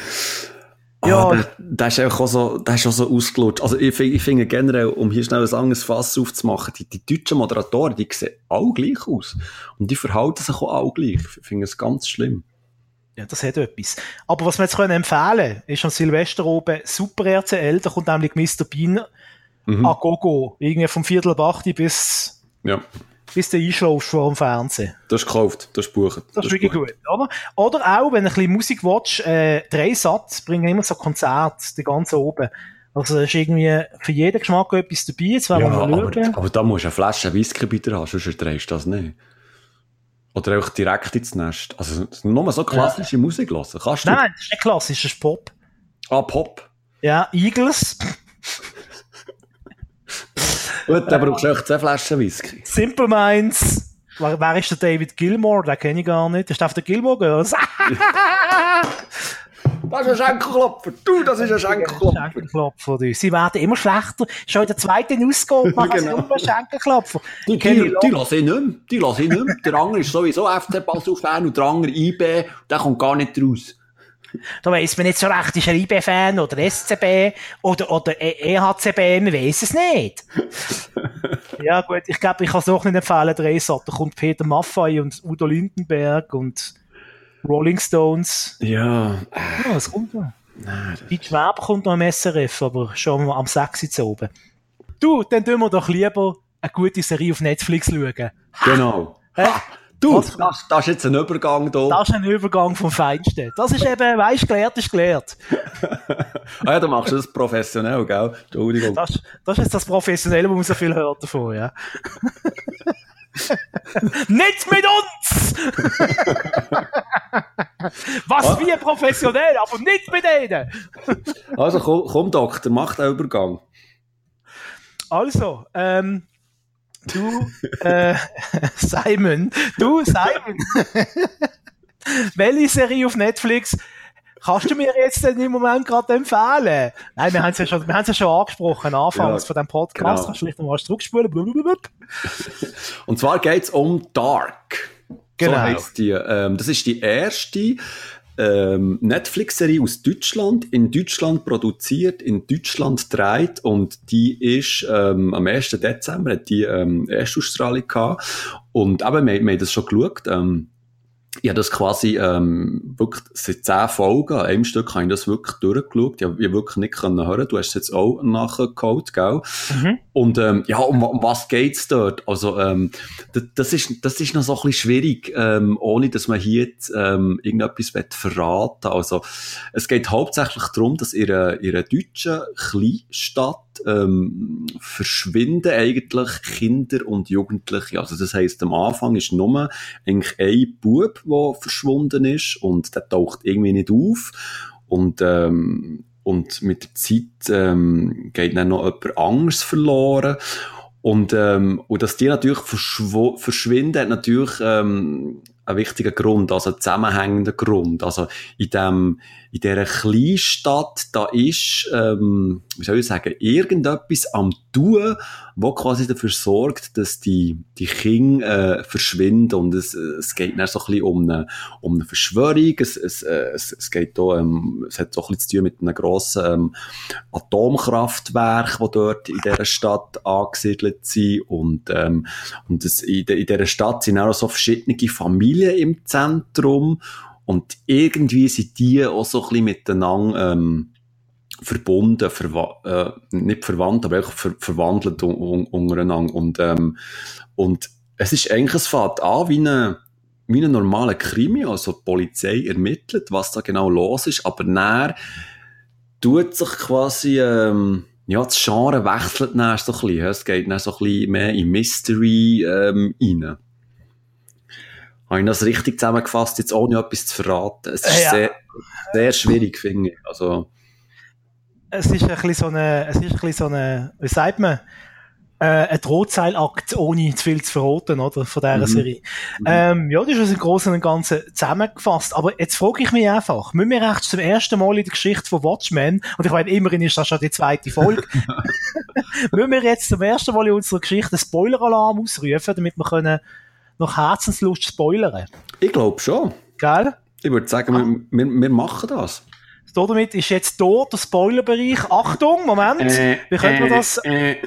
Ja, Ja. der, der ist einfach auch so, der ist auch so ausgelutscht. Also, ich, find- ich finde generell, um hier schnell ein anderes Fass aufzumachen, die, die deutschen Moderatoren, die sehen alle gleich aus. Und die verhalten sich auch alle gleich. Ich finde es ganz schlimm. Ja, das hat etwas. Aber was wir jetzt können empfehlen, ist am Silvester oben Super R T L, da kommt nämlich Mister Bean Mhm. a Gogo. Irgendwie vom Viertel ab acht bis, Ja. bis du einschläfst vor dem Fernsehen. Das ist gekauft, das ist gebucht. Das ist wirklich gut, oder? Oder auch, wenn du ein bisschen Musik willst, äh, drei Satz bringen immer so Konzerte, die ganze oben. Also, da ist irgendwie für jeden Geschmack etwas dabei. Jetzt werden Ja, wir mal aber, schauen. aber da musst du eine Flasche Whisky bei dir haben, sonst drehst du das nicht. Oder einfach direkt ins Nest. Also, nur mal so klassische Musik hören. Kannst du? Nein, nein, das ist nicht klassisch, das ist Pop. Ah, Pop. Ja, Eagles. Gut, dann brauchst du echt zehn Flaschen Whisky. Simple Minds. Wer, wer ist der David Gilmore? Den kenne ich gar nicht. Das ist auf der Gilmore Girls. Das ist ein Schenkelklopfer. Du, das ist ein Schenkelklopfer. Schenkelklopfer, du. Sie werden immer schlechter. Schon in der zweiten Ausgabe machen sie Genau. immer einen Schenkelklopfer. Die, die, die lasse ich nicht mehr. Die lasse ich nicht mehr. Der andere ist sowieso F C Basel-Fan und der andere I B. Der kommt gar nicht raus. Da weiss man nicht so recht, ist er I B-Fan oder S C B oder, oder E H C B, man weiss es nicht. Ja gut, ich glaube, ich kann es auch nicht empfehlen, der Resort. Da kommt Peter Maffay und Udo Lindenberg und Rolling Stones. Ja. Ja, was kommt da? Die Schwab kommt noch am S R F, aber schon mal am sechs Uhr oben. Du, dann tun wir doch lieber eine gute Serie auf Netflix schauen. Genau. Ha. Du, das, das ist jetzt ein Übergang da. Das ist ein Übergang vom Feinsten. Das ist eben, weisst, gelehrt ist gelehrt. Ah ja, du machst das professionell, gell? Entschuldigung. Das, das ist jetzt das Professionelle, wo man so viel hört davon, ja. Nicht mit uns! Was wir professionell, aber nicht mit denen! Also komm, komm Doktor, mach den Übergang. Also, ähm, du, äh, Simon, du, Simon, welche Serie auf Netflix kannst du mir jetzt denn im Moment gerade empfehlen? Nein, wir haben es ja schon, wir haben es ja schon angesprochen, anfangs ja, von diesem Podcast. Genau. Kannst du vielleicht noch mal zurückspulen? Blablabla. Und zwar geht's um Dark. Genau. So heisst die. Ähm, das ist die erste ähm, Netflix-Serie aus Deutschland, in Deutschland produziert, in Deutschland gedreht und die ist ähm, am ersten Dezember hat die ähm, Erstausstrahlung gehabt und eben, wir, wir haben das schon geschaut, ähm, ich habe das quasi ähm, wirklich seit zehn Folgen, an einem Stück habe ich das wirklich durchgeschaut. Ich habe wirklich nicht können hören. Du hast es jetzt auch nachgeholt, gell? Mhm. Und ähm, ja, um, um was geht's dort? Also ähm, das, das ist das ist noch so ein bisschen schwierig, ähm, ohne dass man hier jetzt, ähm, irgendetwas verraten will. Also es geht hauptsächlich darum, dass in einer, in einer deutschen Kleinstadt ähm, verschwinden eigentlich Kinder und Jugendliche. Also das heisst, am Anfang ist nur eigentlich ein Bub, der verschwunden ist und der taucht irgendwie nicht auf und ähm, und mit der Zeit ähm, geht dann noch jemand anderes verloren und ähm, und dass die natürlich verschw- verschwinden, hat natürlich ähm, einen wichtigen Grund, also einen zusammenhängenden Grund. Also in dem in dieser Kleinstadt, da ist, ähm, wie soll ich sagen, irgendetwas am Tun, wo quasi dafür sorgt, dass die, die Kinder äh, verschwinden. Und es, es geht dann so ein bisschen um eine, um eine Verschwörung. Es, es, es, es geht da, ähm, es hat so ein bisschen zu tun mit einem grossen ähm, Atomkraftwerk, das dort in dieser Stadt angesiedelt sind. Und, ähm, und es, in, de, in dieser Stadt sind auch so verschiedene Familien im Zentrum. Und irgendwie sind die auch so ein bisschen miteinander ähm, verbunden, verwa- äh, nicht verwandt, aber auch ver- verwandelt un- un- untereinander. Und, ähm, und es ist eigentlich, es fängt an wie eine, wie eine normale Krimi, also die Polizei ermittelt, was da genau los ist, aber dann tut sich quasi, ähm, ja, das Genre wechselt dann so ein bisschen, es geht dann so ein bisschen mehr in Mystery ähm, rein. Habe ich das richtig zusammengefasst, jetzt ohne etwas zu verraten? Es ist ja. sehr, sehr schwierig, finde ich. Also. Es ist ein bisschen so eine, es ist ein bisschen so eine, wie sagt man, äh, ein Drohzeilakt, ohne zu viel zu verraten, oder, von dieser mhm. Serie. Mhm. Ähm, ja, das ist also im Großen und Ganzen zusammengefasst. Aber jetzt frage ich mich einfach, müssen wir echt zum ersten Mal in der Geschichte von Watchmen, und ich meine, immerhin ist das schon die zweite Folge, müssen wir jetzt zum ersten Mal in unserer Geschichte einen Spoiler-Alarm ausrufen, damit wir können nach Herzenslust spoilern? Ich glaube schon. Gell? Ich würde sagen, ah. wir, wir, wir machen das. So, damit ist jetzt hier der Spoilerbereich. Achtung, Moment. Äh, Wie könnte man das äh,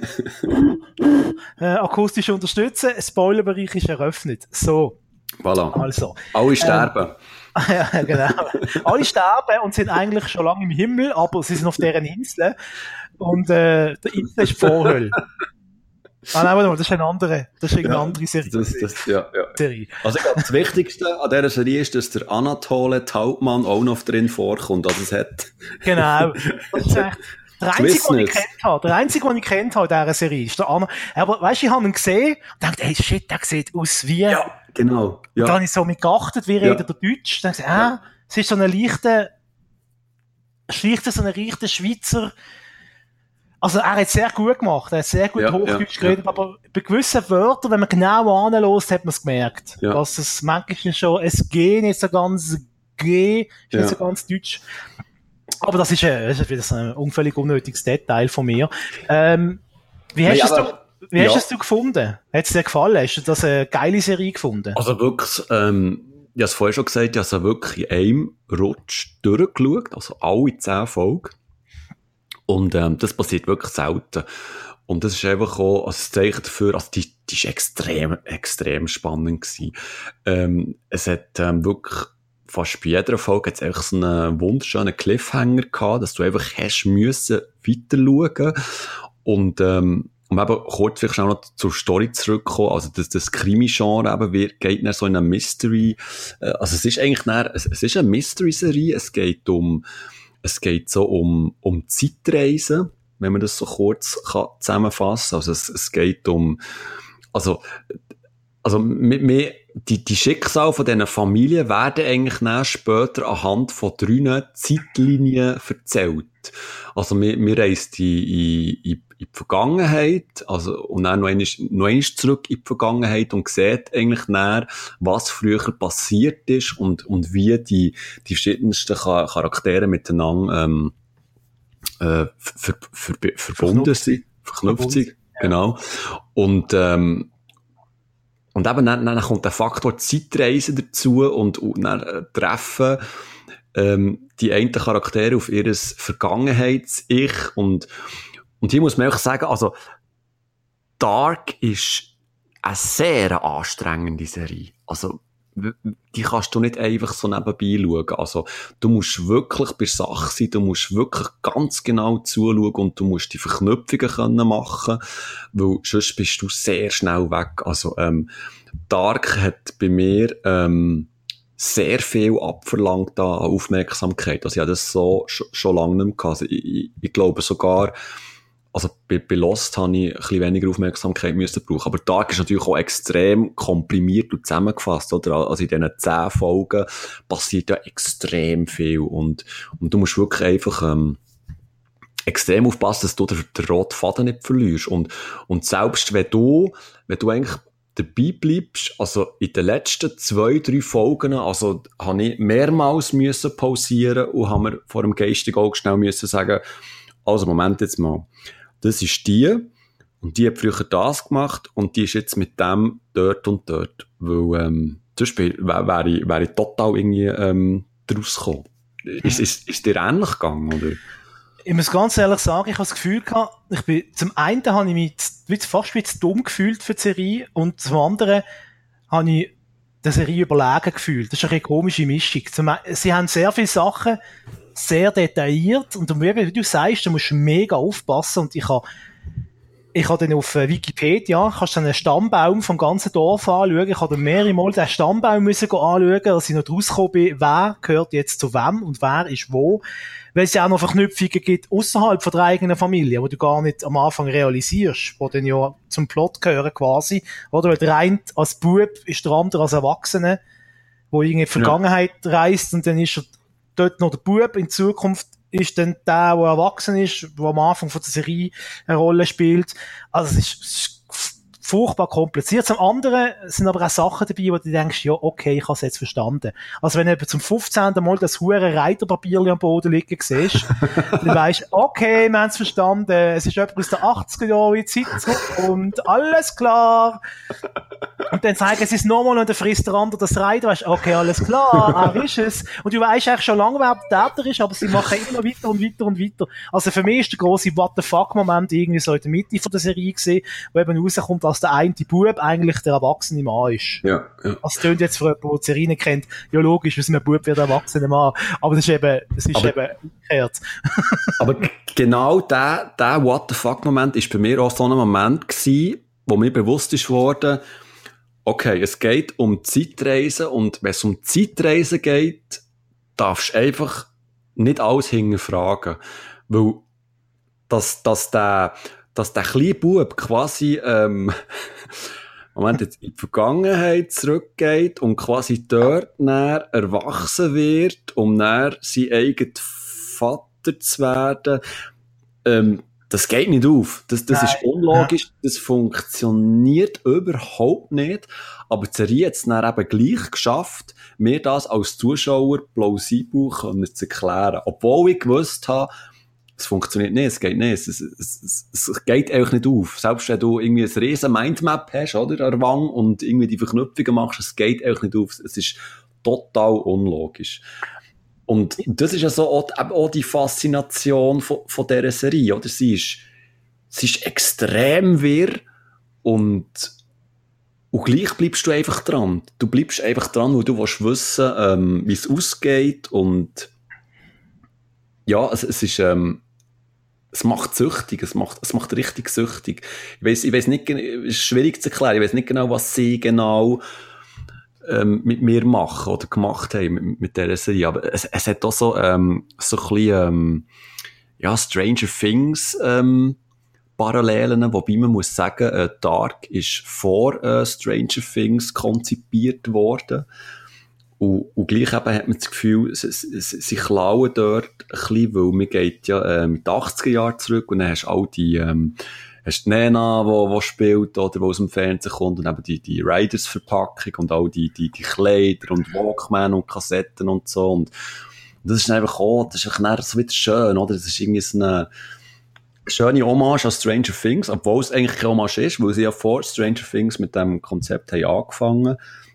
äh, akustisch unterstützen? Der Spoilerbereich ist eröffnet. So. Voilà. Also. Alle sterben. Ähm, ja, genau. Alle sterben und sind eigentlich schon lange im Himmel, aber sie sind auf deren Insel. Und äh, der Insel ist Vorhölle. Ah, nein, warte mal, das ist eine andere, das ist eine ja, andere Serie. Das, das, ja, ja. Serie. Also ich glaube, das Wichtigste an dieser Serie ist, dass der Anatole Taubmann auch noch drin vorkommt. Also es hat... Genau. Das ist echt der einzige, den ich kennt habe. Der einzige, den ich kennt habe in dieser Serie ist der Anna. Aber weißt du, ich habe ihn gesehen und dachte, hey, shit, der sieht aus wie... Ja, genau. Ja. Und dann habe ich so mit geachtet, wie ja. redet der Deutsch. Dann habe ich gesagt, ah, ja. es ist so eine leichte... schleicht so einen richtigen Schweizer, also er hat sehr gut gemacht, er hat sehr gut ja, Hochdeutsch ja, geredet, ja. aber bei gewissen Wörtern, wenn man genau anhört, hat man es gemerkt. Ja. Dass es manchmal schon ein G nicht so ganz G, ist Ja. nicht so ganz deutsch. Aber das ist, äh, das ist wieder so ein unvöllig unnötiges Detail von mir. Ähm, wie hast, Nein, es aber, du, wie hast ja. es du gefunden? Hat es dir gefallen? Hast du das eine geile Serie gefunden? Also wirklich, ähm, ich habe es vorher schon gesagt, ich habe es wirklich in einem Rutsch durchgeschaut, also alle zehn Folgen. Und ähm, das passiert wirklich selten. Und das ist einfach auch als Zeichen dafür, also die, die ist extrem, extrem spannend gewesen. Ähm, es hat ähm, wirklich fast bei jeder Folge hat's einfach so einen wunderschönen Cliffhanger gehabt, dass du einfach hast müssen weiter schauen. Und ähm, um eben kurz vielleicht auch noch zur Story zurückzukommen, also das, das Krimi-Genre eben wird, geht dann so in eine Mystery, äh, also es ist eigentlich dann, es, es ist eine Mystery-Serie, es geht um, es geht so um, um Zeitreisen, wenn man das so kurz kann zusammenfassen. Also es, es geht um, also, also mit mir, die, die Schicksale von diesen Familien werden eigentlich dann später anhand von drei Zeitlinien erzählt. Also wir, wir reisen in, in, in die Vergangenheit, also, und dann noch einmal, noch einmal zurück in die Vergangenheit und sieht eigentlich dann, was früher passiert ist und, und wie die, die verschiedensten Charaktere miteinander, ähm, äh, ver, ver, ver, verbunden sind, verknüpft sind, genau. Und, ähm, und eben dann, dann kommt der Faktor Zeitreise dazu und, und dann äh, treffen, ähm, die einen Charaktere auf ihr Vergangenheits-Ich und, und hier muss man auch sagen, also, Dark ist eine sehr anstrengende Serie. Also, die kannst du nicht einfach so nebenbei schauen. Also, du musst wirklich bei Sache sein, du musst wirklich ganz genau zuschauen und du musst die Verknüpfungen können machen, weil sonst bist du sehr schnell weg. Also, ähm, Dark hat bei mir, ähm, sehr viel abverlangt da an Aufmerksamkeit. Also, ich habe das so sch- schon lange nicht mehr gehabt. Also, ich, ich, ich glaube sogar, also bei, bei Lost habe ich ein bisschen weniger Aufmerksamkeit müssen brauchen. Aber Dark ist natürlich auch extrem komprimiert und zusammengefasst, oder? Also in diesen zehn Folgen passiert ja extrem viel. Und, und du musst wirklich einfach, ähm, extrem aufpassen, dass du den, den roten Faden nicht verlierst. Und, und selbst wenn du, wenn du eigentlich dabei bleibst, also in den letzten zwei, drei Folgen, also habe ich mehrmals müssen pausieren und habe mir vor dem geistigen Auge schnell müssen sagen, also Moment jetzt mal, das ist die und die hat früher das gemacht und die ist jetzt mit dem dort und dort, weil ähm, sonst wäre wär ich, wär ich total irgendwie ähm, draus gekommen. Ist, ist, ist dir ähnlich gegangen, oder? Ich muss ganz ehrlich sagen, ich habe das Gefühl gehabt, ich bin, zum einen habe ich mich zu, fast wie zu dumm gefühlt für die Serie und zum anderen habe ich der Serie überlegen gefühlt. Das ist eine komische Mischung. Zum, sie haben sehr viele Sachen sehr detailliert und wie du sagst, du musst mega aufpassen und ich habe ich habe dann auf Wikipedia, kannst du einen Stammbaum vom ganzen Dorf anschauen, ich habe dann mehrere Mal den Stammbaum müssen anschauen, dass ich noch rausgekommen bin, wer gehört jetzt zu wem und wer ist wo, weil es ja auch noch Verknüpfungen gibt außerhalb von der eigenen Familie, wo du gar nicht am Anfang realisierst, wo dann ja zum Plot gehören quasi, oder? Weil der eine als Bub ist der andere als Erwachsene, wo irgendwie in die Vergangenheit ja. reist und dann ist er dort noch der Bub, in Zukunft ist dann der, der erwachsen ist, der am Anfang von der Serie eine Rolle spielt. Also es ist, es ist furchtbar kompliziert. Zum anderen sind aber auch Sachen dabei, wo du denkst, ja, okay, ich habe es jetzt verstanden. Also wenn du zum fünfzehnten Mal das hure Reiterpapier am Boden liegen siehst, dann weisst du, okay, wir haben es verstanden, es ist jemand aus den achtziger Jahren in die Zeit zurück und alles klar. Und dann sagen sie es nochmal und dann frisst der andere das Reiter, weisst, okay, alles klar, er ist es. Und du weisst eigentlich schon lange, wer der Täter ist, aber sie machen immer weiter und weiter und weiter. Also für mich ist der grosse What-the-fuck-Moment irgendwie so in der Mitte von der Serie gesehen, wo eben rauskommt, dass der eine Bub eigentlich der erwachsene Mann ist. Ja, ja. Das tönt jetzt für jemanden, der die Serie nicht kennt, ja logisch, weil ein Bub wird ein erwachsener Mann. Aber das ist eben, das ist aber, eben umgekehrt. Aber genau der, der What-the-fuck-Moment ist bei mir auch so ein Moment gewesen, wo mir bewusst ist worden, okay, es geht um Zeitreisen und wenn es um Zeitreisen geht, darfst du einfach nicht alles hinterfragen. Weil, dass, dass der, dass der kleine Bub quasi, ähm, Moment, jetzt in die Vergangenheit zurückgeht und quasi dort näher erwachsen wird, um näher seinen eigenen Vater Vater zu werden, ähm, das geht nicht auf. Das, das ist unlogisch. Das funktioniert überhaupt nicht. Aber die Serie hat es dann eben gleich geschafft, mir das als Zuschauer plausibel zu erklären. Obwohl ich gewusst habe, es funktioniert nicht, es geht nicht, es, es, es, es geht eigentlich nicht auf. Selbst wenn du irgendwie ein riesen Mindmap hast, oder, an der Wange, und irgendwie die Verknüpfungen machst, es geht eigentlich nicht auf. Es ist total unlogisch. Und das ist ja so auch, auch die Faszination von, von dieser Serie, oder? Sie ist, sie ist extrem wirr und, und gleich bleibst du einfach dran. Du bleibst einfach dran, weil du willst wissen, ähm, wie es ausgeht, und ja, es, es ist, ähm, es macht süchtig, es macht, es macht richtig süchtig. Ich weiss, ich weiss nicht, es ist schwierig zu erklären, ich weiss nicht genau, was sie genau ähm, mit mir machen oder gemacht haben mit, mit dieser Serie. Aber es, es hat auch so, ähm, so ein bisschen, ähm, ja, Stranger Things, ähm, Parallelen, wobei man muss sagen, äh, Dark ist vor äh, Stranger Things konzipiert worden. Und, und gleich eben hat man das Gefühl, sie, sie, sie klauen dort ein bisschen, weil man geht ja äh, mit den achtziger Jahren zurück, und dann hast du all die, ähm, hast die Nena, die, die spielt, oder, die aus dem Fernsehen kommt, und eben die, die Riders-Verpackung und all die, die, die Kleider und Walkman und Kassetten und so. Und, und das ist einfach auch, das ist einfach so wieder schön, oder? Das ist irgendwie so eine schöne Hommage an Stranger Things, obwohl es eigentlich keine Hommage ist, weil sie ja vor Stranger Things mit dem Konzept haben angefangen.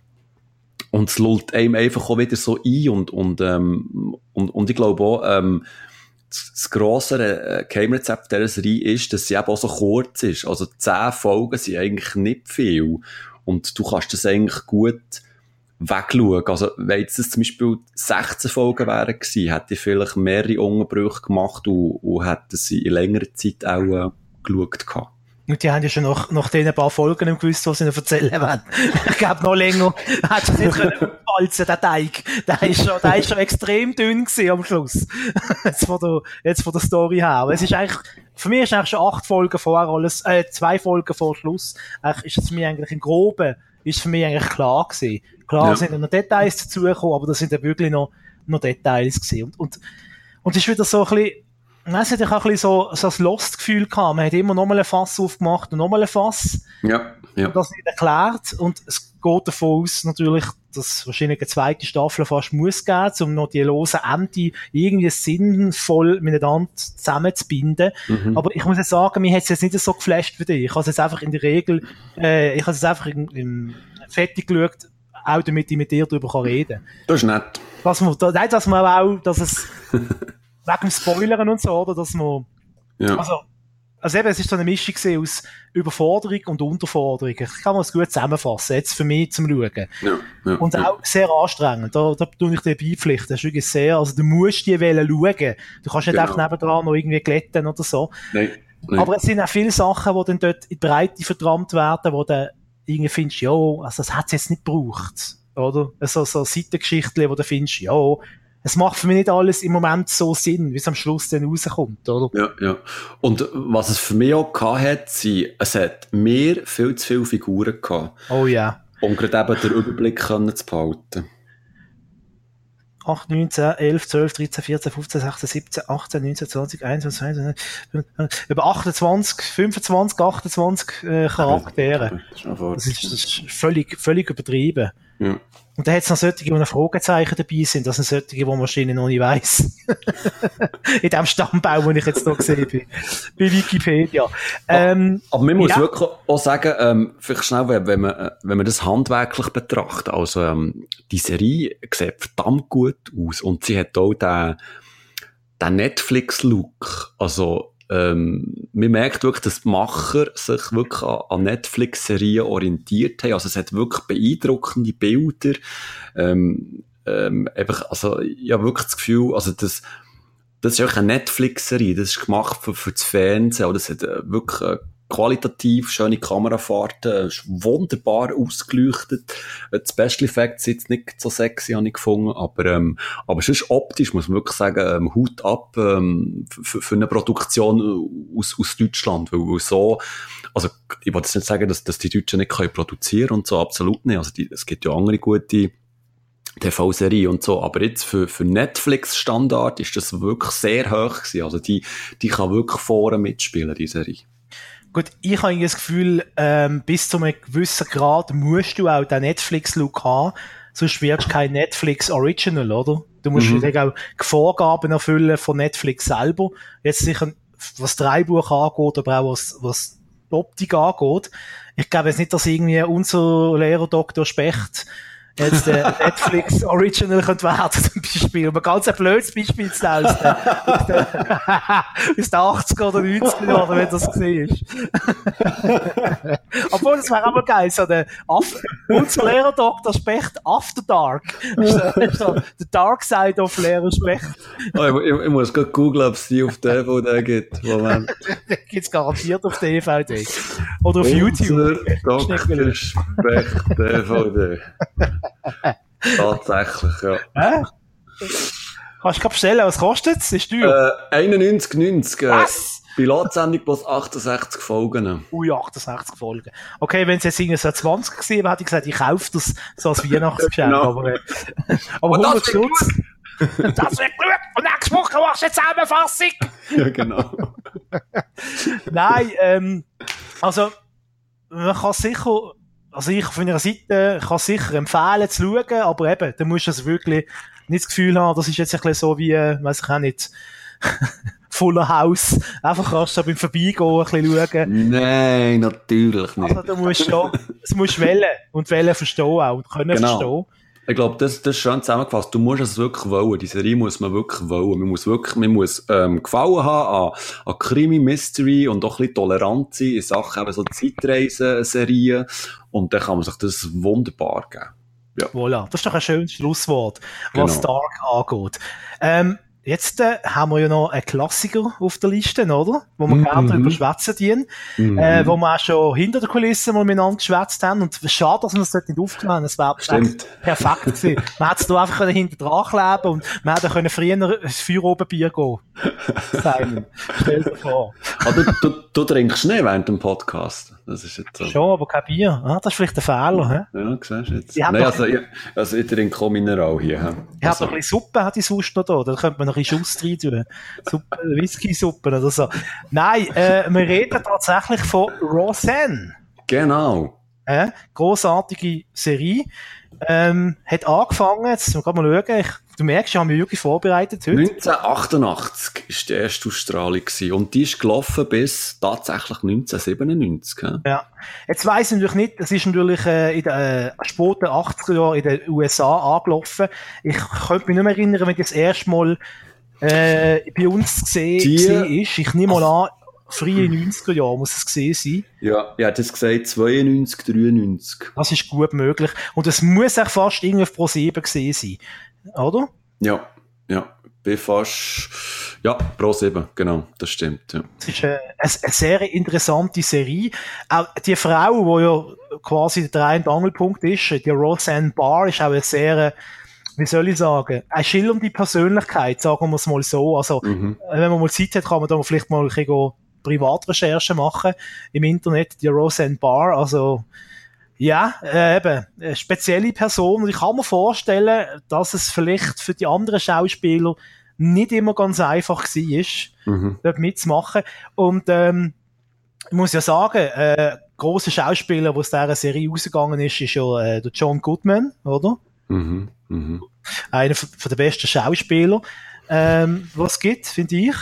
Und es lullt einem einfach auch wieder so ein, und, und, ähm, und, und ich glaube auch, ähm, das, das grosse äh, Geheimrezept dieser Serie ist, dass sie eben auch so kurz ist. Also zehn Folgen sind eigentlich nicht viel. Und du kannst das eigentlich gut wegschauen. Also wenn jetzt das zum Beispiel sechzehn Folgen wären gewesen, hätte ich vielleicht mehrere Unterbrüche gemacht und, und hätte sie in längerer Zeit auch äh, geschaut gehabt. Und die haben ja schon nach, nach den paar Folgen nicht gewusst, was sie ihnen erzählen wollen. Ich glaube, noch länger hättest du es nicht können aufwalzen, der Teig. Der ist schon, der ist schon extrem dünn gewesen am Schluss. Jetzt von der, jetzt von der Story her. Aber es ist eigentlich, für mich ist eigentlich schon acht Folgen vorher alles, äh, zwei Folgen vor Schluss. Eigentlich ist es für mich eigentlich im Groben, ist für mich eigentlich klar gewesen. Klar, ja, sind noch Details dazugekommen, aber das sind ja wirklich noch, noch Details gewesen. Und, und, und es ist wieder so ein bisschen, es hat auch ein bisschen so, so ein Lost-Gefühl gehabt. Man hat immer nochmal ein Fass aufgemacht und nochmal ein Fass. Ja, ja. Und das nicht erklärt. Und es geht davon aus, natürlich, dass wahrscheinlich eine zweite Staffel fast muss geben, um noch die losen Ende irgendwie sinnvoll miteinander zusammenzubinden. Mhm. Aber ich muss jetzt sagen, mir hat es jetzt nicht so geflasht wie dich. Ich habe es jetzt einfach in der Regel, äh, ich habe es jetzt einfach im, im fertig geschaut, auch damit ich mit dir darüber reden kann. Das ist nett. Dass man, nein, dass man auch, dass es, wegen dem Spoilern und so, oder, dass man, ja. also, also eben, es ist so eine Mischung aus Überforderung und Unterforderung. Ich kann es gut zusammenfassen, jetzt für mich zum Schauen. Ja, ja, und ja. auch sehr anstrengend, da, da tue ich dir beipflichten, das ist wirklich sehr, also du musst die Welle schauen. Du kannst nicht genau. einfach nebendran noch irgendwie glätten oder so. Nein, nein. Aber es sind auch viele Sachen, die dann dort in die Breite verdrammt werden, wo du irgendwie findest, ja, also das hat es jetzt nicht gebraucht, oder? So, so Seitengeschichten, wo du findest, ja, es macht für mich nicht alles im Moment so Sinn, wie es am Schluss dann rauskommt, oder? Ja, ja. Und was es für mich auch gehabt hat, sie, es hat mehr viel zu viele Figuren gehabt. Oh ja. Yeah. Um gerade eben den Überblick können zu behalten. acht, neun, zehn, elf, zwölf, dreizehn, vierzehn, fünfzehn, sechzehn, siebzehn, achtzehn, neunzehn, zwanzig, einundzwanzig, zweiundzwanzig, über achtundzwanzig, fünfundzwanzig, achtundzwanzig äh, Charaktere. Das ist, das ist völlig, völlig übertrieben. Ja. Und dann hat es noch solche, wo noch Fragezeichen dabei sind. Das sind solche, die man wahrscheinlich noch nicht weiss. In dem Stammbaum, den ich jetzt noch gesehen bin. Bei Wikipedia. Ähm, aber, aber man muss ja. wirklich auch sagen, ähm, vielleicht schnell, wenn man, wenn man das handwerklich betrachtet, also, ähm, die Serie sieht verdammt gut aus. Und sie hat auch den, den Netflix-Look. Also, Ähm, man merkt wirklich, dass die Macher sich wirklich an, an Netflix-Serien orientiert haben. Also es hat wirklich beeindruckende Bilder. Ähm, ähm, einfach, also ich habe wirklich das Gefühl, also das, das ist auch eine Netflix-Serie, das ist gemacht für, für das Fernsehen. Oder es hat äh, wirklich äh, qualitativ schöne Kamerafahrten, ist wunderbar ausgeleuchtet. Die Special Effects sind jetzt nicht so sexy, habe ich gefunden, aber, ähm, aber sonst optisch, muss man wirklich sagen, ähm, Hut ab ähm, für, für eine Produktion aus, aus Deutschland, weil, weil so, also ich wollte jetzt nicht sagen, dass, dass die Deutschen nicht können produzieren und so, absolut nicht. Also die, es gibt ja andere gute T V-Serie und so. Aber jetzt für, für Netflix-Standard ist das wirklich sehr hoch gewesen. Also die, die kann wirklich vorne mitspielen, die Serie. Gut, ich habe das Gefühl, ähm, bis zu einem gewissen Grad musst du auch den Netflix-Look haben, sonst wirst du kein Netflix-Original, oder? Du musst mhm. auch die Vorgaben erfüllen von Netflix selber. Jetzt sicher, was Drehbuch angeht, aber auch was, was die Optik angeht. Ich glaube jetzt nicht, dass irgendwie unser Lehrer Doktor Specht jetzt der Netflix Original könnte werden, zum Beispiel. Um ein ganz blödes Beispiel zu nennen, aus den, aus den, aus den achtziger oder neunziger Jahren, wenn das gesehen ist. Obwohl, das wäre aber geil, so der, After, unser Lehrer Doktor Specht After Dark. Das ist der, ist der, der Dark Side of Lehrer Specht. Oh, ich, ich, ich muss gerade googeln, ob es die auf D V D gibt. Moment. Gibt's garantiert auf D V D. Oder auf unser YouTube. Doktor Specht D V D. Tatsächlich, ja. Hä? Kannst du gerade bestellen, was kostet es? Ist teuer. Äh, einundneunzig neunzig. Was? Pilotsendung plus achtundsechzig Folgen. Ui, achtundsechzig Folgen. Okay, wenn es jetzt irgendwie so zwanzig gewesen wäre, hätte ich gesagt, ich kaufe das so als Weihnachtsgeschenk. Genau. Aber, äh, aber hundert Stutz. Das wird gut. Und nächste Woche machst du eine Zusammenfassung. Ja, genau. Nein, ähm, also, man kann sicher, also ich von einer Seite kann sicher empfehlen zu schauen, aber eben, da musst du also wirklich nicht das Gefühl haben, das ist jetzt ein bisschen so wie, weiss ich auch nicht, Fuller House. Einfach kannst du beim Vorbeigehen ein bisschen schauen. Nein, natürlich nicht. Also du musst schon, das musst wählen und wählen verstehen auch und können genau. verstehen. Ich glaube, das, das ist schön zusammengefasst. Du musst es wirklich wollen. Die Serie muss man wirklich wollen. Man muss wirklich, man muss, ähm, Gefallen haben an, an Krimi, Mystery und auch ein bisschen tolerant sein in Sachen eben so Zeitreisen-Serien. Und dann kann man sich das wunderbar geben. Ja. Voilà. Das ist doch ein schönes Schlusswort, was genau. Dark angeht. Ähm, Jetzt äh, haben wir ja noch einen Klassiker auf der Liste, oder? Wo wir mm-hmm. gerne darüber schwätzen dienen. Mm-hmm. Äh, wo wir auch schon hinter der Kulisse mal miteinander geschwätzt haben. Und schade, dass wir das dort nicht aufgenommen haben. Es wäre perfekt gewesen. Man hätte es da einfach hinter dran kleben und man hätte können früher ein Feuerobenbier gehen. Simon, stell dir vor. Ah, du, du, du trinkst nicht während dem Podcast. Das ist jetzt so. Schon, aber kein Bier. Ah, das ist vielleicht ein Fehler, hä? Ja, siehst du jetzt. Nein, also, ich, also ich trinke auch Mineral hier. He? Ich also. habe noch ein bisschen Suppe, hätte ich sonst noch da. Da könnte man noch ein bisschen Schuss rein tun. Suppe, Whisky-Suppe oder so. Nein, äh, wir reden tatsächlich von Roseanne. Genau. Äh, grossartige Serie. Ähm, hat angefangen, jetzt müssen wir gerade mal schauen, ich, du merkst, ich habe mich wirklich vorbereitet heute. neunzehnhundertachtundachtzig war die erste Ausstrahlung gewesen. Und die ist gelaufen bis tatsächlich neunzehnhundertsiebenundneunzig. Ja, ja. Jetzt weiss ich natürlich nicht, es ist natürlich äh, in den äh, späten achtziger Jahren in den U S A angelaufen. Ich könnte mich nicht mehr erinnern, wenn das erste Mal äh, bei uns gesehen ist. Ich nehme mal an, frühe neunziger Jahre muss es gesehen sein. Ja, ich hätte es gesagt, zweiundneunzig, dreiundneunzig. Das ist gut möglich. Und es muss auch fast irgendwie auf Pro sieben gesehen sein. Oder? Ja, ja. Bin fast, ja, Pro sieben, genau, das stimmt, ja. Es ist eine, eine sehr interessante Serie. Auch die Frau, die ja quasi der Dreh- und Angelpunkt ist, die Roseanne Barr, ist auch eine sehr, wie soll ich sagen, eine schillernde Persönlichkeit, sagen wir es mal so. Also, mhm. wenn man mal Zeit hat, kann man da vielleicht mal ein bisschen Privatrecherchen machen im Internet, die Roseanne Barr, also ja, äh, eben, eine spezielle Person. Und ich kann mir vorstellen, dass es vielleicht für die anderen Schauspieler nicht immer ganz einfach war, mhm. dort mitzumachen. Und ähm, ich muss ja sagen, äh, grosser Schauspieler, der aus dieser Serie rausgegangen ist, ist ja äh, der John Goodman, oder? Mhm. Mhm. Einer von der besten Schauspieler, ähm, was es gibt, finde ich.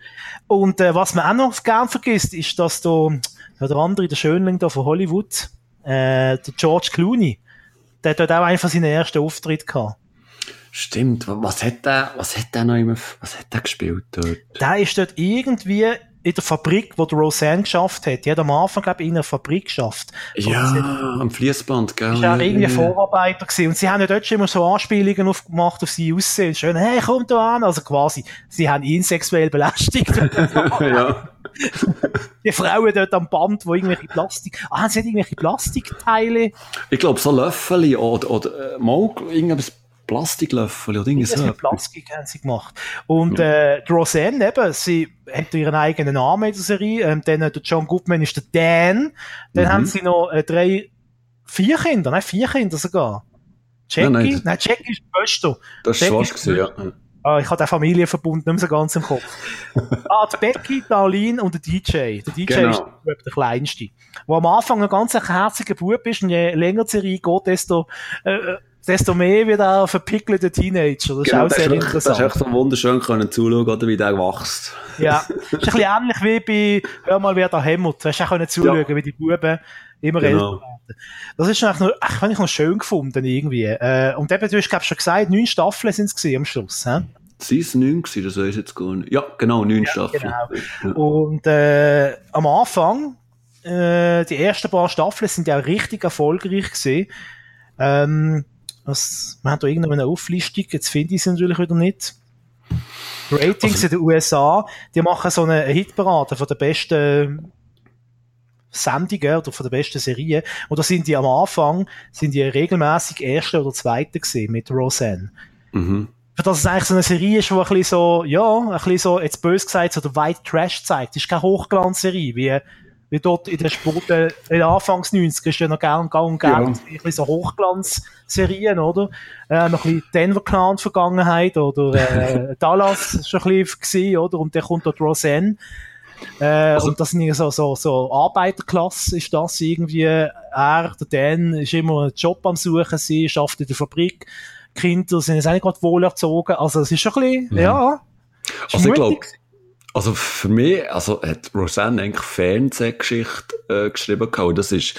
Und äh, was man auch noch gern vergisst, ist, dass da ja, der andere, der Schönling da von Hollywood, äh, der George Clooney, der hat dort auch einfach seinen ersten Auftritt gehabt. Stimmt. Was hat der, was hat der noch immer, was hat der gespielt dort? Der ist dort irgendwie in der Fabrik, wo der Roseanne geschafft hat. Die hat am Anfang, glaube ich, in einer Fabrik geschafft. Ja, am Fließband, gell? Ist ja irgendwie ein Vorarbeiter gewesen. Und sie haben ja dort schon immer so Anspielungen aufgemacht auf sie aussehen. Schön, hey, komm da an. Also quasi, sie haben ihn sexuell belästigt. Ja. Die Frauen dort am Band, wo irgendwelche Plastik, ah, haben sie nicht irgendwelche Plastikteile? Ich glaube, so Löffel oder, oder, äh, mal irgendwas Plastiklöffel oder irgendwas. Das mit Plastik haben sie gemacht. Und, ja. äh, die Roseanne eben, sie hat ihren eigenen Namen in der Serie, ähm, dann der John Goodman ist der Dan, dann mhm. haben sie noch äh, drei, vier Kinder, nein, vier Kinder sogar. Jackie? Nein, nein, nein, Jackie ist die Schwester. Das war schwarz, ja. Ah, ich habe den Familienverbund nicht mehr so ganz im Kopf. ah, die Becky, die Arlene und der D J. Der D J genau. ist der, der Kleinste. Der am Anfang ein ganz herziger Bub ist und je länger die Serie geht, desto, äh, desto mehr wird er verpickelter Teenager. Das Genau, ist auch sehr das interessant. Ist, das ist echt so wunderschön können zuschauen, oder, wie der wächst. Ja, das ist ein bisschen ähnlich wie bei Hör mal, wer da hämmert. Du hast auch zuschauen, ja. wie die Buben immer genau. älter werden. Das ist eigentlich noch, ach, habe ich noch schön gefunden, irgendwie. Äh, und eben, du hast, glaube ich, schon gesagt, neun Staffeln sind es gewesen am Schluss, hä? Season neun gewesen, das weiß ich jetzt gar nicht. Ja, genau, neun ja, Staffeln. Genau. Ja. Und, äh, am Anfang, äh, die ersten paar Staffeln sind ja auch richtig erfolgreich gewesen. Ähm, das, wir haben da irgendeine Auflistung, jetzt finde ich sie natürlich wieder nicht. Ratings also, in den U S A, die machen so eine Hitparade von der besten Sendungen oder von der besten Serie. Und da sind die am Anfang, sind die regelmäßig Erste oder Zweite gewesen mit Roseanne. Mhm. Für das es eigentlich so eine Serie ist, die ein bisschen so, ja, ein bisschen so, jetzt böse gesagt, so der White Trash zeigt. Das ist keine Hochglanzserie, wie, wie dort in der Sport, in den Anfangs neunziger ist ja noch gern, gang und gern, ja. ein bisschen so Hochglanzserien, oder? Äh, noch ein bisschen Denver Clan Vergangenheit, oder, äh, Dallas ist schon ein bisschen gewesen, oder? Und dann kommt dort Roseanne. Äh, also, und das sind so, so, so Arbeiterklasse ist das irgendwie. Er, der Dan, ist immer einen Job am Suchen, sie schafft in der Fabrik. Kinder sind jetzt auch nicht gerade wohlerzogen. Also, es ist schon ein bisschen, mhm. ja. Also, ich glaube, also für mich, also hat Roseanne eigentlich Fernsehgeschichte äh, geschrieben gehabt. Das ist,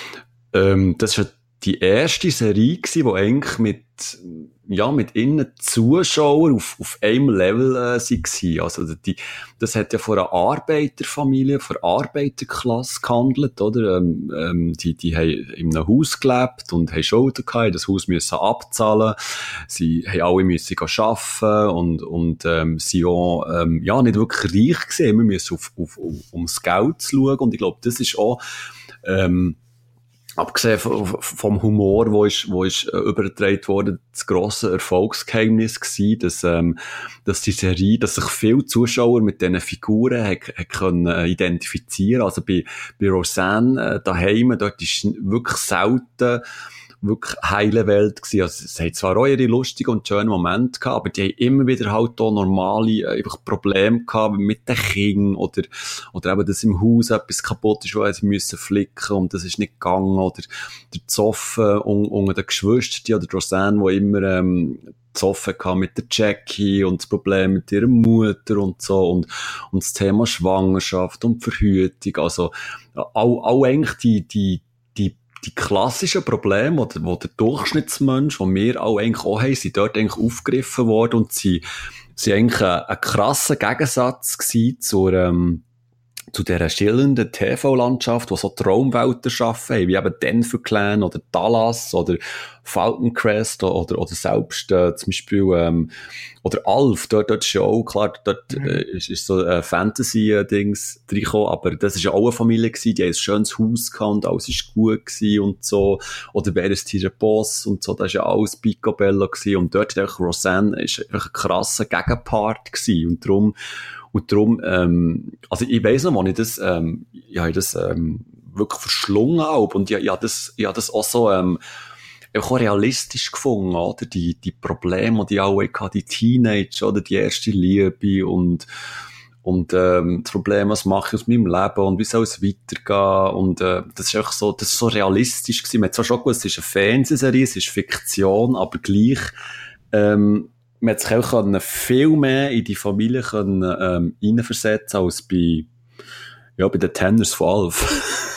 ähm, das ist die erste Serie gewesen, die eigentlich mit, ja, mit innen Zuschauern auf, auf einem Level, äh, war. Also, die, das hat ja von einer Arbeiterfamilie, von einer Arbeiterklasse gehandelt, oder? Ähm, ähm, die, die haben in einem Haus gelebt und haben Schulden gehabt, das Haus müssen abzahlen. Sie haben alle müssen arbeiten und, und, ähm, sie auch, ähm, ja, nicht wirklich reich gewesen. Wir müssen auf, auf, auf, ums Geld schauen. Und ich glaube, das ist auch, ähm, abgesehen vom Humor, wo ist, wo ist äh, übertragen worden, das grosse Erfolgsgeheimnis gewesen, dass, ähm, dass die Serie, dass sich viele Zuschauer mit diesen Figuren hat, hat können äh, identifizieren. Also bei, bei Roseanne äh, daheim, dort ist wirklich selten wirklich heile Welt gewesen. Also, es hat zwar auch ihre lustigen und schönen Momente gehabt, aber die haben immer wieder halt auch normale, äh, einfach Probleme gehabt mit den Kindern oder, oder eben, dass im Haus etwas kaputt ist, wo sie müssen flicken und das ist nicht gegangen, oder der Zoffen un, unter den Geschwistern oder Roseanne, wo immer, ähm, Zoffen gehabt mit der Jackie und das Problem mit ihrer Mutter und so und, und das Thema Schwangerschaft und Verhütung, also, auch, auch eigentlich die, die, die Die klassischen Probleme, die, die der Durchschnittsmensch, die wir auch eigentlich auch haben, sind dort eigentlich aufgegriffen worden und sie, sie eigentlich ein, ein krasser Gegensatz gewesen zur, ähm, zu dieser schillernden T V-Landschaft, die so Traumwelten schaffen, wie eben Denver Clan oder Dallas oder Falcon Crest oder, oder selbst äh, zum Beispiel ähm, oder Alf, dort, dort ist ja auch, klar, dort mhm. äh, ist, ist so ein Fantasy-Dings reingekommen, aber das ist ja auch eine Familie gewesen, die hat ein schönes Haus gehabt und alles ist gut gewesen und so, oder wer ist hier der Boss und so, das ist ja alles Picobello gewesen und dort ist Roseanne ist ein krasser Gegenpart gewesen und darum Und darum, ähm, also ich weiss noch, als ich das, ähm, ich habe das ähm, wirklich verschlungen habe und ich, ich habe das, ich habe das auch so ähm, auch realistisch gefunden, oder? Die, die Probleme, die alle hatten, die Teenager, oder die erste Liebe und und ähm, das Problem, was mache ich aus meinem Leben und wie soll es weitergehen und äh, das ist einfach so, das ist so realistisch gewesen. Man hat zwar schon gewusst, es ist eine Fernsehserie, es ist Fiktion, aber gleich ähm, man hat sich auch können viel mehr in die Familie können, ähm, reinversetzen als bei, ja, bei den Tenners von Alf.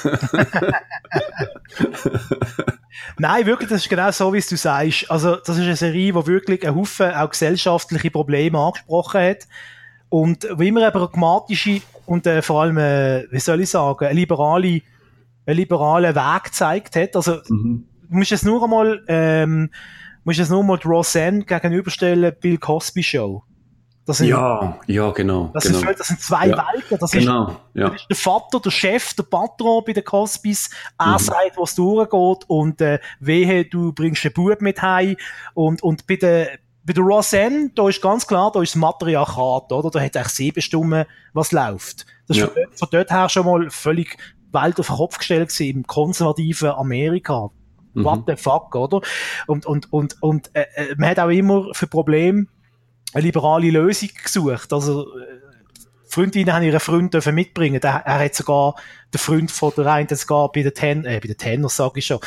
Nein, wirklich, das ist genau so, wie du sagst. Also, das ist eine Serie, die wirklich einen Haufen auch gesellschaftliche Probleme angesprochen hat. Und wie immer eine pragmatische und äh, vor allem, äh, wie soll ich sagen, eine liberale, einen liberalen Weg gezeigt hat. Also, mhm. du musst es nur einmal, ähm, musst jetzt nur mal die Roseanne gegenüberstellen, Bill Cosby Show. Das sind, ja, ja, genau. Das, genau. Sind, das sind zwei ja. Welten. Das, genau, ist, ja. das ist der Vater, der Chef, der Patron bei den Cosbys. Er mhm. sagt, was durchgeht und äh, wehe, du bringst den Bub mit heim. Und, und bei der, bei der Roseanne, da ist ganz klar, da ist das Matriarchat, oder? Da hat eigentlich sie bestimmt, was läuft. Das ist ja. von, von dort her schon mal völlig Welt auf den Kopf gestellt gewesen, im konservativen Amerika. what the fuck, oder? Und, und, und, und, äh, man hat auch immer für Probleme eine liberale Lösung gesucht. Also, Freundinnen haben ihren Freund dürfen mitbringen. Der, er hat sogar, der Freund von der einen hat sogar bei den Ten, äh, bei den Tenors sag ich schon,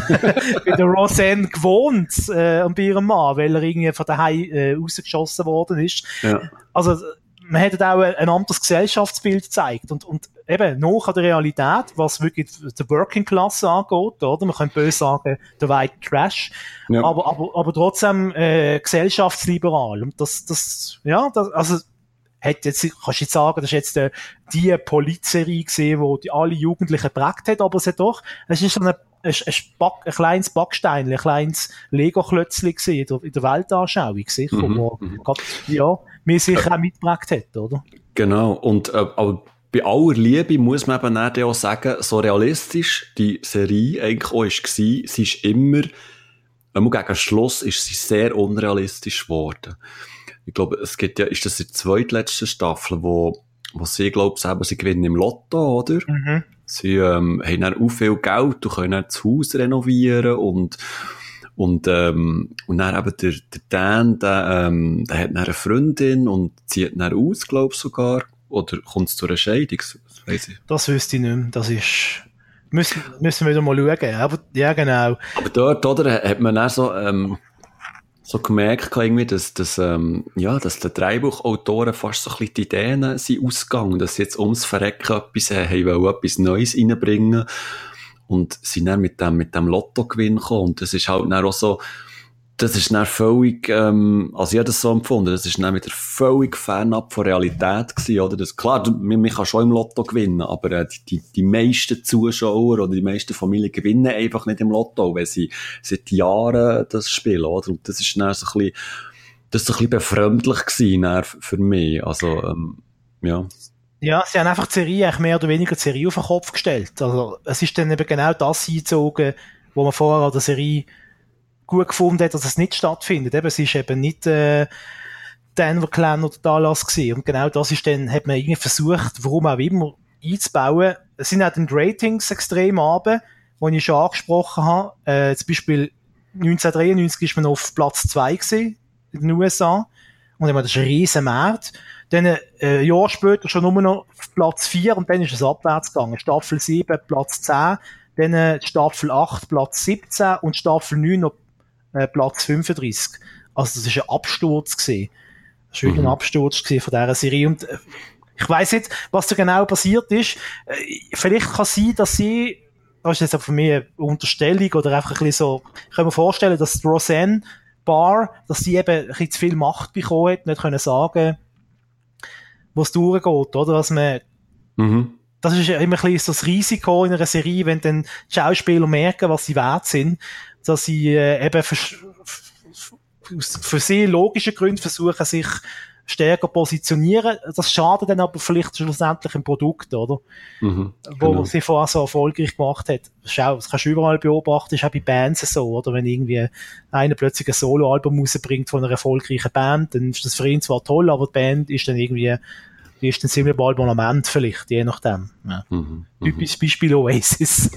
bei der Roseanne gewohnt, äh, und bei ihrem Mann, weil er irgendwie von daheim, äh, rausgeschossen worden ist. Ja. Also, man hat auch ein anderes Gesellschaftsbild gezeigt. Und, und eben, noch an der Realität, was wirklich die Working Class angeht, oder? Man könnte böse sagen, der White Trash. Ja. Aber, aber, aber trotzdem, äh, gesellschaftsliberal. Und das, das, ja, das, also, hat jetzt, kannst du jetzt sagen, das ist jetzt äh, die Politserie gesehen, die, die alle Jugendlichen geprägt hat, aber es hat doch, es ist so eine, ein, ein, Back, ein kleines Backstein, ein kleines Lego-Klötzchen gesehen in der, in der Weltanschauung, sicher, Mhm, wo mhm. grad, ja, mir sicher auch mitgeprägt hat, oder? Genau. Und, äh, aber bei aller Liebe muss man eben dann auch sagen, so realistisch die Serie eigentlich auch war, sie ist immer, wenn man gegen Schluss ist sie sehr unrealistisch geworden. Ich glaube, es gibt ja, ist das die zweitletzte Staffel, wo, wo sie, glaube ich, selber, sie gewinnen im Lotto, oder? Mhm. Sie, ähm, haben dann auch viel Geld und können dann das Haus renovieren und, und, ähm, und dann eben der, der Dan, der, ähm, der hat dann eine Freundin und zieht dann aus, glaube ich, sogar. Oder kommt es zu einer Scheidung? Das weiss ich. Das wüsste ich nicht mehr. Das ist, müssen, müssen wir wieder mal schauen. Aber, ja, genau. Aber dort, oder, hat man dann so, ähm, so gemerkt, irgendwie, dass, dass, ähm, ja, dass die Drehbuchautoren fast so ein bisschen die Ideen sind ausgegangen, dass sie jetzt ums Verrecken etwas haben, wollen etwas Neues reinbringen und sind dann mit dem, mit dem Lottogewinn gekommen. Und das ist halt dann auch so, das ist dann völlig, ähm, also ich habe das so empfunden, das ist dann wieder völlig fernab von Realität gewesen, oder? Das, klar, man, man kann schon im Lotto gewinnen, aber äh, die, die, die meisten Zuschauer oder die meisten Familien gewinnen einfach nicht im Lotto, weil sie seit Jahren das spielen, oder? Und das ist dann so ein bisschen, das ist so ein bisschen befremdlich gewesen, dann für mich, also, ähm, ja. Ja, sie haben einfach die Serie eigentlich mehr oder weniger die Serie auf den Kopf gestellt. Also, es ist dann eben genau das eingezogen, wo man vorher an der Serie gut gefunden hat, dass es nicht stattfindet. Eben, es ist eben nicht äh, Denver Clan oder Dallas gewesen. Und genau das ist dann, hat man irgendwie versucht, warum auch immer, einzubauen. Es sind auch die Ratings extrem runter, die ich schon angesprochen habe. Äh, zum Beispiel neunzehnhundertdreiundneunzig ist man auf Platz zwei gewesen in den U S A. Und ich meine, das ist ein riesen Markt. Dann äh, ein Jahr später schon nur noch auf Platz vier und dann ist es abwärts gegangen. Staffel sieben, Platz zehn, dann äh, Staffel acht, Platz siebzehn und Staffel neun noch äh, Platz fünfunddreissig. Also das ist ein Absturz gewesen. Das ist wirklich ein Absturz gewesen von dieser Serie. Und äh, ich weiss nicht, was da genau passiert ist. Äh, vielleicht kann es sein, dass sie, das ist jetzt auch für mich eine Unterstellung oder einfach ein bisschen so, ich kann mir vorstellen, dass die Roseanne Barr, dass sie eben ein bisschen zu viel Macht bekommen hat, nicht können sagen, wo es durchgeht, oder? Dass man, Mhm. das ist ja immer ein bisschen so das Risiko in einer Serie, wenn dann die Schauspieler merken, was sie wert sind, dass sie äh, eben für, für sehr logische Gründe versuchen, sich stärker positionieren. Das schadet dann aber vielleicht schlussendlich im Produkt, oder? Mhm. Wo Genau. sie vorher so erfolgreich gemacht hat. Schau, das kannst du überall beobachten, ist auch bei Bands so, oder? Wenn irgendwie einer plötzlich ein Soloalbum rausbringt von einer erfolgreichen Band, dann ist das für ihn zwar toll, aber die Band ist dann irgendwie, die ist dann ziemlich bald Monument vielleicht, je nachdem. Ja. Mhm. Typisches Beispiel Oasis.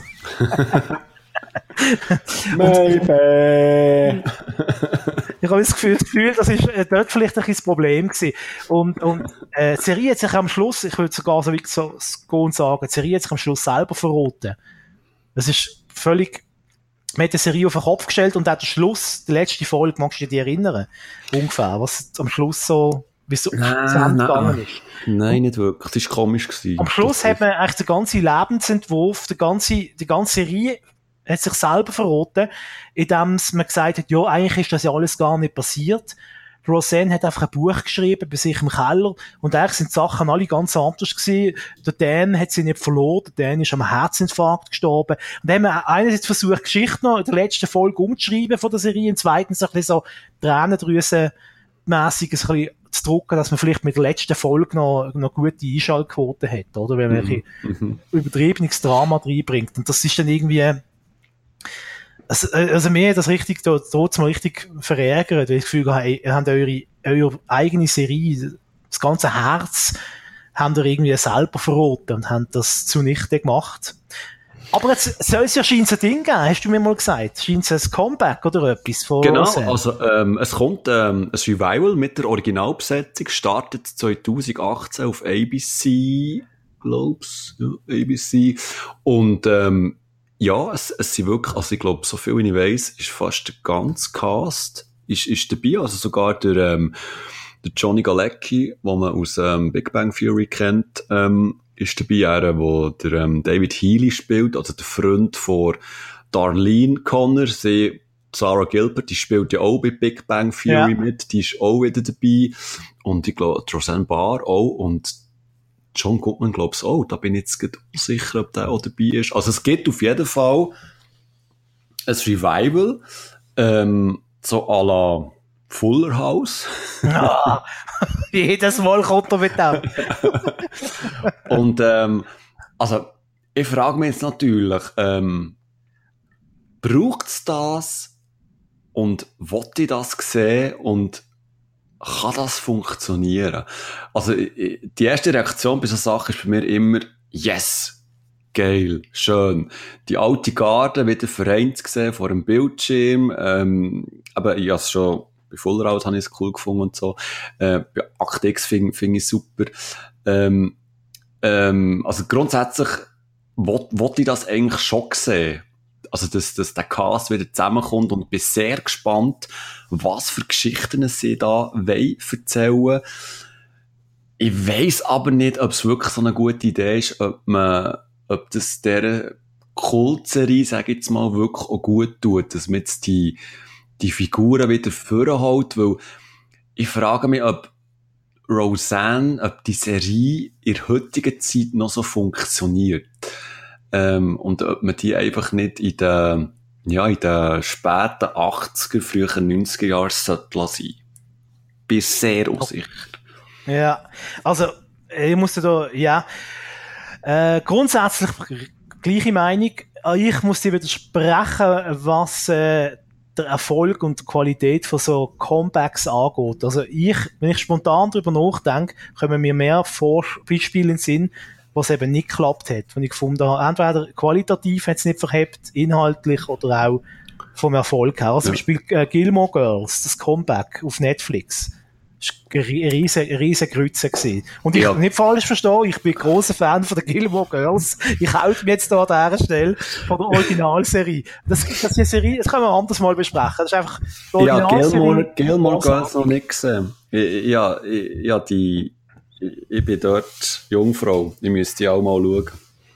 Maybe. Ich habe das Gefühl, das Gefühl, das ist äh, dort vielleicht ein bisschen das Problem gewesen. Und, und äh, die Serie hat sich am Schluss, ich würde sogar so wie so gehen und sagen, die Serie hat sich am Schluss selber verraten. Das ist völlig, man hat die Serie auf den Kopf gestellt und auch der Schluss, die letzte Folge, magst du dich erinnern? Ungefähr, was am Schluss so, wie so zusammengegangen ist. Nein, nicht wirklich. Das war komisch gewesen. Am Schluss Das- hat man eigentlich den ganzen Lebensentwurf, die ganze, die ganze Serie hat sich selber verraten, indem man gesagt hat, ja, eigentlich ist das ja alles gar nicht passiert. Roseanne hat einfach ein Buch geschrieben bei sich im Keller und eigentlich sind die Sachen alle ganz anders gewesen. Der Dan hat sie nicht verloren, der Dan ist am Herzinfarkt gestorben. Und dann haben wir einerseits versucht, Geschichte noch in der letzten Folge umzuschreiben von der Serie und zweitens ein bisschen so Tränendrüsenmässig ein bisschen zu drucken, dass man vielleicht mit der letzten Folge noch, noch gute Einschaltquoten hat, oder? Wenn man ein bisschen Mhm. übertriebenes Drama reinbringt. Und das ist dann irgendwie, also, also mir hat das richtig, da, trotzdem mal richtig verärgert, weil ich das Gefühl habe, ihr habt eure, eure eigene Serie, das ganze Herz, habt ihr irgendwie selber verraten und habt das zunichte gemacht. Aber jetzt soll es ja scheint ein Ding geben, hast du mir mal gesagt. Scheint es ein Comeback oder etwas von Genau, Roseanne? also ähm, es kommt ähm, ein Revival mit der Originalbesetzung, startet zwanzig achtzehn auf A B C, glaub's, ja, A B C. Und ähm, ja, es, es sind wirklich, also ich glaube, so viel wie ich weiss, ist fast der ganze Cast ist, ist dabei, also sogar der, ähm, der Johnny Galecki, den man aus ähm, Big Bang Theory kennt, ähm, ist dabei, er, wo der ähm, David Healy spielt, also der Freund von Darlene Connor, sie, Sarah Gilbert, die spielt ja auch bei Big Bang Theory Ja. mit, die ist auch wieder dabei, und ich glaube, Roseanne Barr auch, und John Goodman, glaube ich, auch, da bin ich jetzt gerade unsicher, ob der auch dabei ist. Also es gibt auf jeden Fall ein Revival, ähm, so à la Fuller House. Ah, jedes Mal kommt er mit dem. Und ähm, also ich frage mich jetzt natürlich, ähm, braucht es das und will ich das sehen und kann das funktionieren? Also die erste Reaktion bei so Sachen ist bei mir immer yes, geil, schön. Die alte Garde wieder vereint gesehen vor dem Bildschirm, ähm, aber ich habe es schon bei Fuller House habe ich es cool gefunden und so. Äh, bei Akte X finde find ich super. Ähm, ähm, also grundsätzlich wollte ich das eigentlich schon sehen. Also, dass, dass der Cast wieder zusammenkommt, und bin sehr gespannt, was für Geschichten sie da wollen erzählen. Ich weiss aber nicht, ob es wirklich so eine gute Idee ist, ob man, ob das dieser Kultserie, sag ich jetzt mal, wirklich auch gut tut, dass man jetzt die, die Figuren wieder vorhält, weil ich frage mich, ob Roseanne, ob die Serie in der heutigen Zeit noch so funktioniert. Ähm, und ob man die einfach nicht in den, ja, in den späten achtziger, frühen neunziger Jahren sollte lassen. Bin sehr unsicher. Ja, also, ich muss da, ja, äh, grundsätzlich gleiche Meinung. Ich muss dir widersprechen, was äh, der Erfolg und die Qualität von so Comebacks angeht. Also ich, wenn ich spontan darüber nachdenke, kommen mir mehr Vor- Beispiele in den Sinn, was eben nicht geklappt hat. Wenn ich gefunden habe, entweder qualitativ hat es nicht verhebt, inhaltlich oder auch vom Erfolg her. Also Ja. zum Beispiel äh, Gilmore Girls, das Comeback auf Netflix. Das war eine riesige, riesige Grütze gewesen. Und ich, Ja. nicht falsch verstehen, ich bin großer Fan von der Gilmore Girls. Ich halte mich jetzt da an dieser Stelle von der Originalserie. Das, das, ist eine Serie, das können wir anders mal besprechen. Das ist einfach die Ja, Gilmore, Gilmore großartig. Girls noch nicht gesehen. Ich, ja, ich, ja, die, ich, ich bin dort Jungfrau. Ich müsste die auch mal schauen.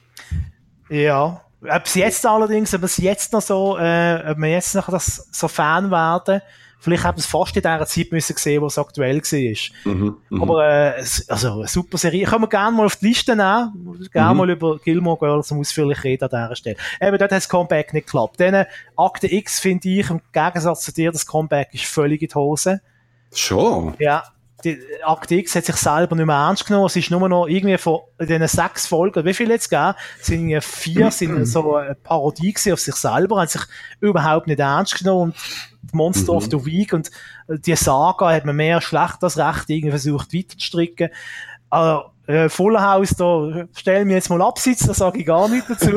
Ja. Ob es jetzt allerdings, ob es jetzt noch so, äh, ob wir jetzt noch das so Fan werden, vielleicht haben wir es fast in dieser Zeit müssen sehen, wo es aktuell war. Mhm, mhm. Aber, äh, es- also, eine super Serie. Können wir gerne mal auf die Liste nehmen. Gerne Mhm. mal über Gilmore Girls ausführlich reden an dieser Stelle. Eben, dort hat das Comeback nicht geklappt. Dann, Akte X finde ich, im Gegensatz zu dir, das Comeback ist völlig in die Hose. Schon? Ja. Die Akte X hat sich selber nicht mehr ernst genommen. Es ist nur noch irgendwie von diesen sechs Folgen, wie viele jetzt gegeben, sind ja vier, sind so eine Parodie gewesen auf sich selber, haben sich überhaupt nicht ernst genommen, und Monster Mhm. of the Week und die Saga hat man mehr schlecht als recht irgendwie versucht weiterzustricken. Also, äh, Full House, da stellen wir jetzt mal abseits, da sage ich gar nichts dazu.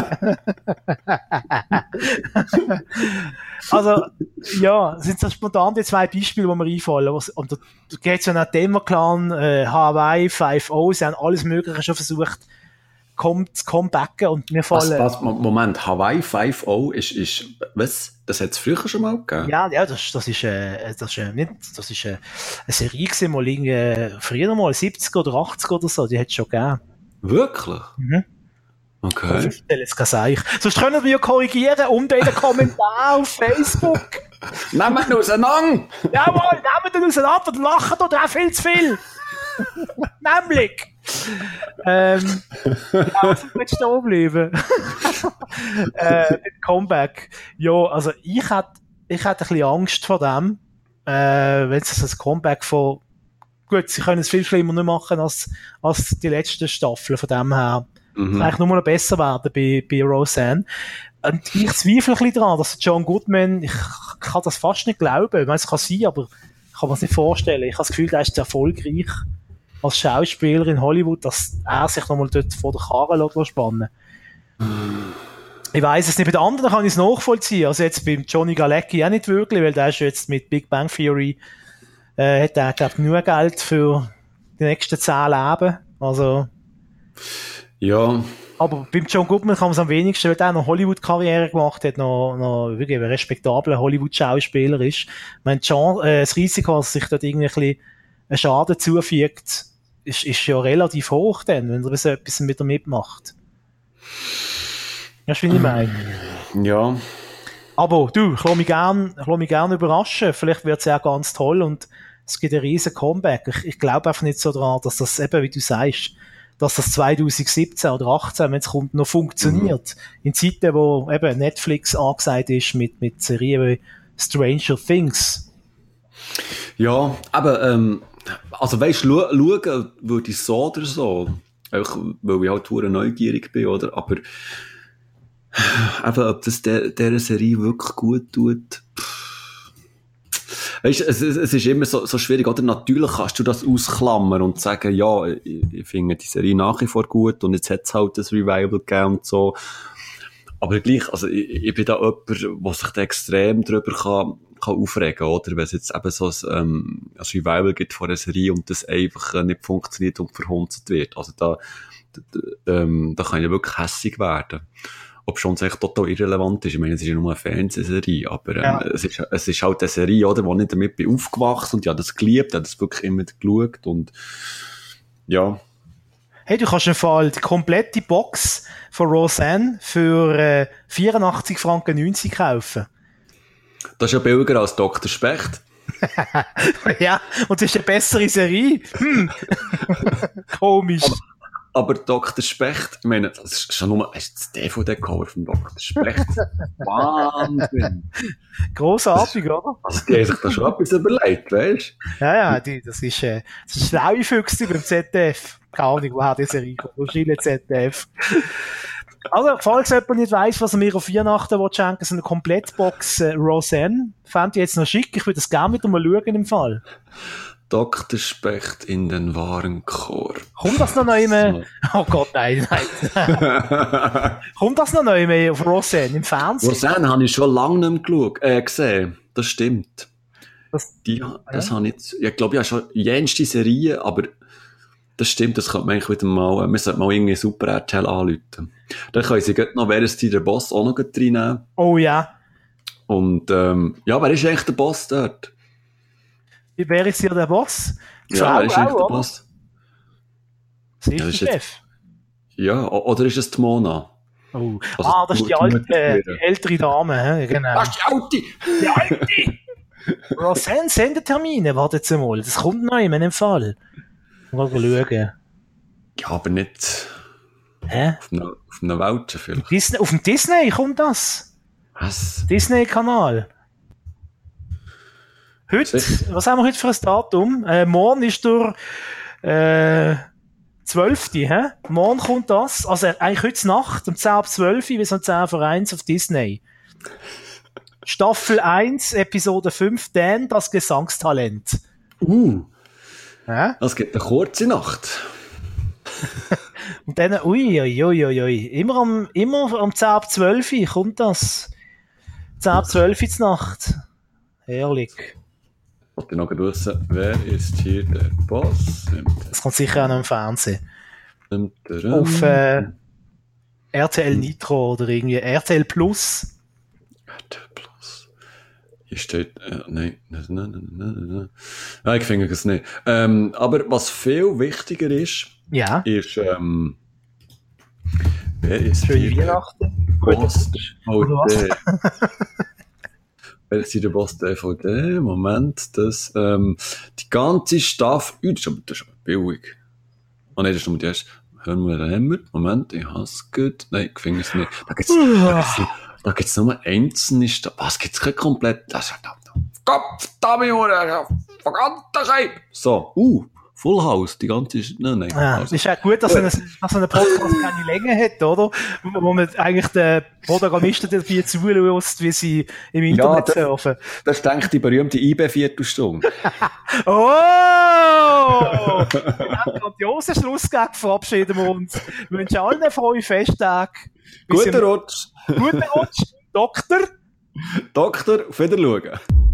Also, ja, das sind so spontan die zwei Beispiele, die mir einfallen. Was- Und da da geht's ja nach Demo-Clan, äh, Hawaii, fünf O, sie haben alles Mögliche schon versucht, kommt zu comebacken, und mir Was, fallen... was, Moment, Hawaii fünf O ist, ist, was? Das hat es früher schon mal gegeben? Ja, ja, das, das ist, äh, das ist, äh, nicht, das ist, äh, eine Serie gewesen, mal irgendwie, äh, früher mal, siebziger oder achtziger oder so, die hat es schon gegeben. Wirklich? Mhm. Okay. Ich stelle jetzt kein Seich. Sonst können wir ja korrigieren, unten in den Kommentaren auf Facebook. Nehmt ihn auseinander! Jawohl, nehmt den auseinander, und lachen da auch viel zu viel. Nämlich. Ähm, ja, was soll jetzt stehen bleiben? äh, mit Comeback. Ja, also ich hätte, ich hätte ein bisschen Angst vor dem, äh, wenn es ein Comeback von, gut, sie können es viel schlimmer nicht machen als, als die letzten Staffeln, von dem her. Mhm. Kann eigentlich nur noch besser werden bei, bei Roseanne. Und ich zweifle ein bisschen daran, dass John Goodman, ich kann das fast nicht glauben, ich meine, es kann sein, aber ich kann mir das nicht vorstellen. Ich habe das Gefühl, er ist erfolgreich als Schauspieler in Hollywood, dass er sich nochmal dort vor der Karre lässt spannen. Ich weiss es nicht, bei den anderen kann ich es nachvollziehen. Also jetzt beim Johnny Galecki auch nicht wirklich, weil der ist jetzt mit Big Bang Theory, äh, hat er, glaube ich, genug Geld für die nächsten zehn Leben. Also. Ja. Aber beim John Goodman kann man es am wenigsten, weil der noch Hollywood-Karriere gemacht hat, noch, noch wirklich ein respektabler Hollywood-Schauspieler ist. Ich meine, John, äh, das Risiko, dass sich dort irgendwie ein bisschen einen Schaden zufügt, ist, ist ja relativ hoch dann, wenn er so etwas wieder mitmacht. Weißt du, wie ich meine? Ja. Aber du, ich lasse mich gern, ich lasse mich gern überraschen. Vielleicht wird es ja auch ganz toll und es gibt ein riesen Comeback. Ich, ich glaube einfach nicht so daran, dass das eben, wie du sagst, dass das zwanzig siebzehn oder achtzehn, wenn es kommt, noch funktioniert. Mhm. In Zeiten, wo eben Netflix angesagt ist mit, mit Serien wie Stranger Things. Ja, aber, ähm, also weisst, schauen würde ich so oder so. Einfach, weil ich halt pure neugierig bin, oder? Aber, eben, ob das der, dieser Serie wirklich gut tut. Weißt, es, es ist immer so, so schwierig, oder? Natürlich kannst du das ausklammern und sagen, ja, ich, ich finde die Serie nach wie vor gut und jetzt hat es halt das Revival gegeben und so. Aber gleich, also ich, ich bin da jemand, der sich da extrem drüber kann, kann aufregen, oder? Wenn es jetzt eben so ein, ähm, ein Revival gibt von einer Serie und das einfach nicht funktioniert und verhunzt wird. Also da, da, ähm, da kann ich wirklich hässig werden. Ob schon es echt total irrelevant ist. Ich meine, es ist ja nur eine Fernsehserie, aber ähm, ja. es, ist, es ist halt eine Serie, oder, wo ich nicht damit bin aufgewachsen und ich habe das geliebt, ich habe das wirklich immer geschaut und ja. Hey, du kannst im Fall die komplette Box von Roseanne für äh, vierundachtzig Franken neunzig kaufen. Das ist ja billiger als Doktor Specht. Ja, und das ist eine bessere Serie. Hm. Komisch. Aber Aber Doktor Specht, ich meine, das ist schon nur, hast du das D V D-Cover von Doktor Specht? Wahnsinn! Grossartig, oder? Also, die haben sich da schon etwas überlegt, weißt du? Ja, ja, die, das ist, äh, das ist schlaue Füchse beim Z D F. Keine Ahnung, woher die Serie kommt. Wahrscheinlich Z D F. Also, falls jemand nicht weiss, was er mir auf Weihnachten schenken will, so eine Komplettbox äh, Roseanne, fände ich jetzt noch schick. Ich würde das gerne wieder mal schauen im Fall. Doktor Specht in den Warenkorb. Kommt das noch neu mehr? Oh Gott, nein, nein. Kommt das noch neu mehr auf Roseanne im Fernsehen? Roseanne habe ich schon lange nicht mehr geschaut, äh, gesehen. Das stimmt. Das, Die, das ja. habe ich, ich glaube, ich habe schon jenste Serien, aber das stimmt, das könnte man eigentlich wieder mal, wir sollten mal irgendwie Super R T L anrufen. Dann können sie noch während der Boss auch noch reinnehmen. Oh ja. Und, ähm, ja, wer ist eigentlich der Boss dort? Wer ist hier der Boss? Die ja, wer ist eigentlich der Boss? Sie ist ja, der Chef. Jetzt, ja, oder ist es die Mona? Oh. Also, ah, das ist die alte, die ältere Dame, he? Genau. Das ist die alte! Die alte! Roseanne, Sendetermine, wartet Sie mal, das kommt noch in einem Fall. Mal schauen. Ja, aber nicht Hä? Auf einem, auf einem Voucher vielleicht. Disney, auf dem Disney kommt das. Was? Disney-Kanal. Heute, Sicher? Was haben wir heute für ein Datum? Äh, morgen ist der äh, zwölfte Hä? Morgen kommt das. Also eigentlich heute Nacht, um zehn ab zwölf, bis um zehn vor eins auf Disney. Staffel eins, Episode fünf, Dan, das Gesangstalent. Uh. Hä? Das gibt eine kurze Nacht. Und dann, ui, ui, ui, ui, ui. Immer um, immer um zehn ab zwölf kommt das. zehn ab zwölf in die Nacht. Herrlich. Ich wollte noch wissen, wer ist hier der Boss? Das kommt sicher auch noch im Fernsehen. Dum, Auf äh, R T L Nitro oder irgendwie R T L Plus. R T L Plus. Hier steht, äh, nein, nein, nein, nein, nein, nein. Nein, ich finde es nicht. Ähm, aber was viel wichtiger ist, ja. ist, ähm, wer ist für hier Weihnachten? der Boss D V D? Wer ist hier der Boss D V D? Moment, das, ähm, die ganze Staffel, uh, das ist aber, das ist aber billig. Oh nein, das ist nur die erste. Hören wir den Hammer. Moment, ich hasse gut. Nein, ich finde es nicht. Da gibt's, da gibt's, da gibt's nur einzelne Staffel. Was gibt's kein komplett? Das ist Gott, Dame, oder? Vergannter Scheib. So, uh. Full House, die ganze, nein, nein. Ja, also. Ist ja gut, dass, ja. Ein, dass ein Podcast keine Länge hat, oder? Wo man eigentlich den Protagonisten dabei zulässt, wie sie im Internet ja, surfen. Das ist eigentlich die berühmte I B-Viertelstunde. Oh! Wir haben einen grandiosen Schlussgag, verabschieden wir uns. Wir wünschen allen einen frohen Festtag. Guten Rutsch. Guten Rutsch, Doktor. Doktor, auf Wiedersehen.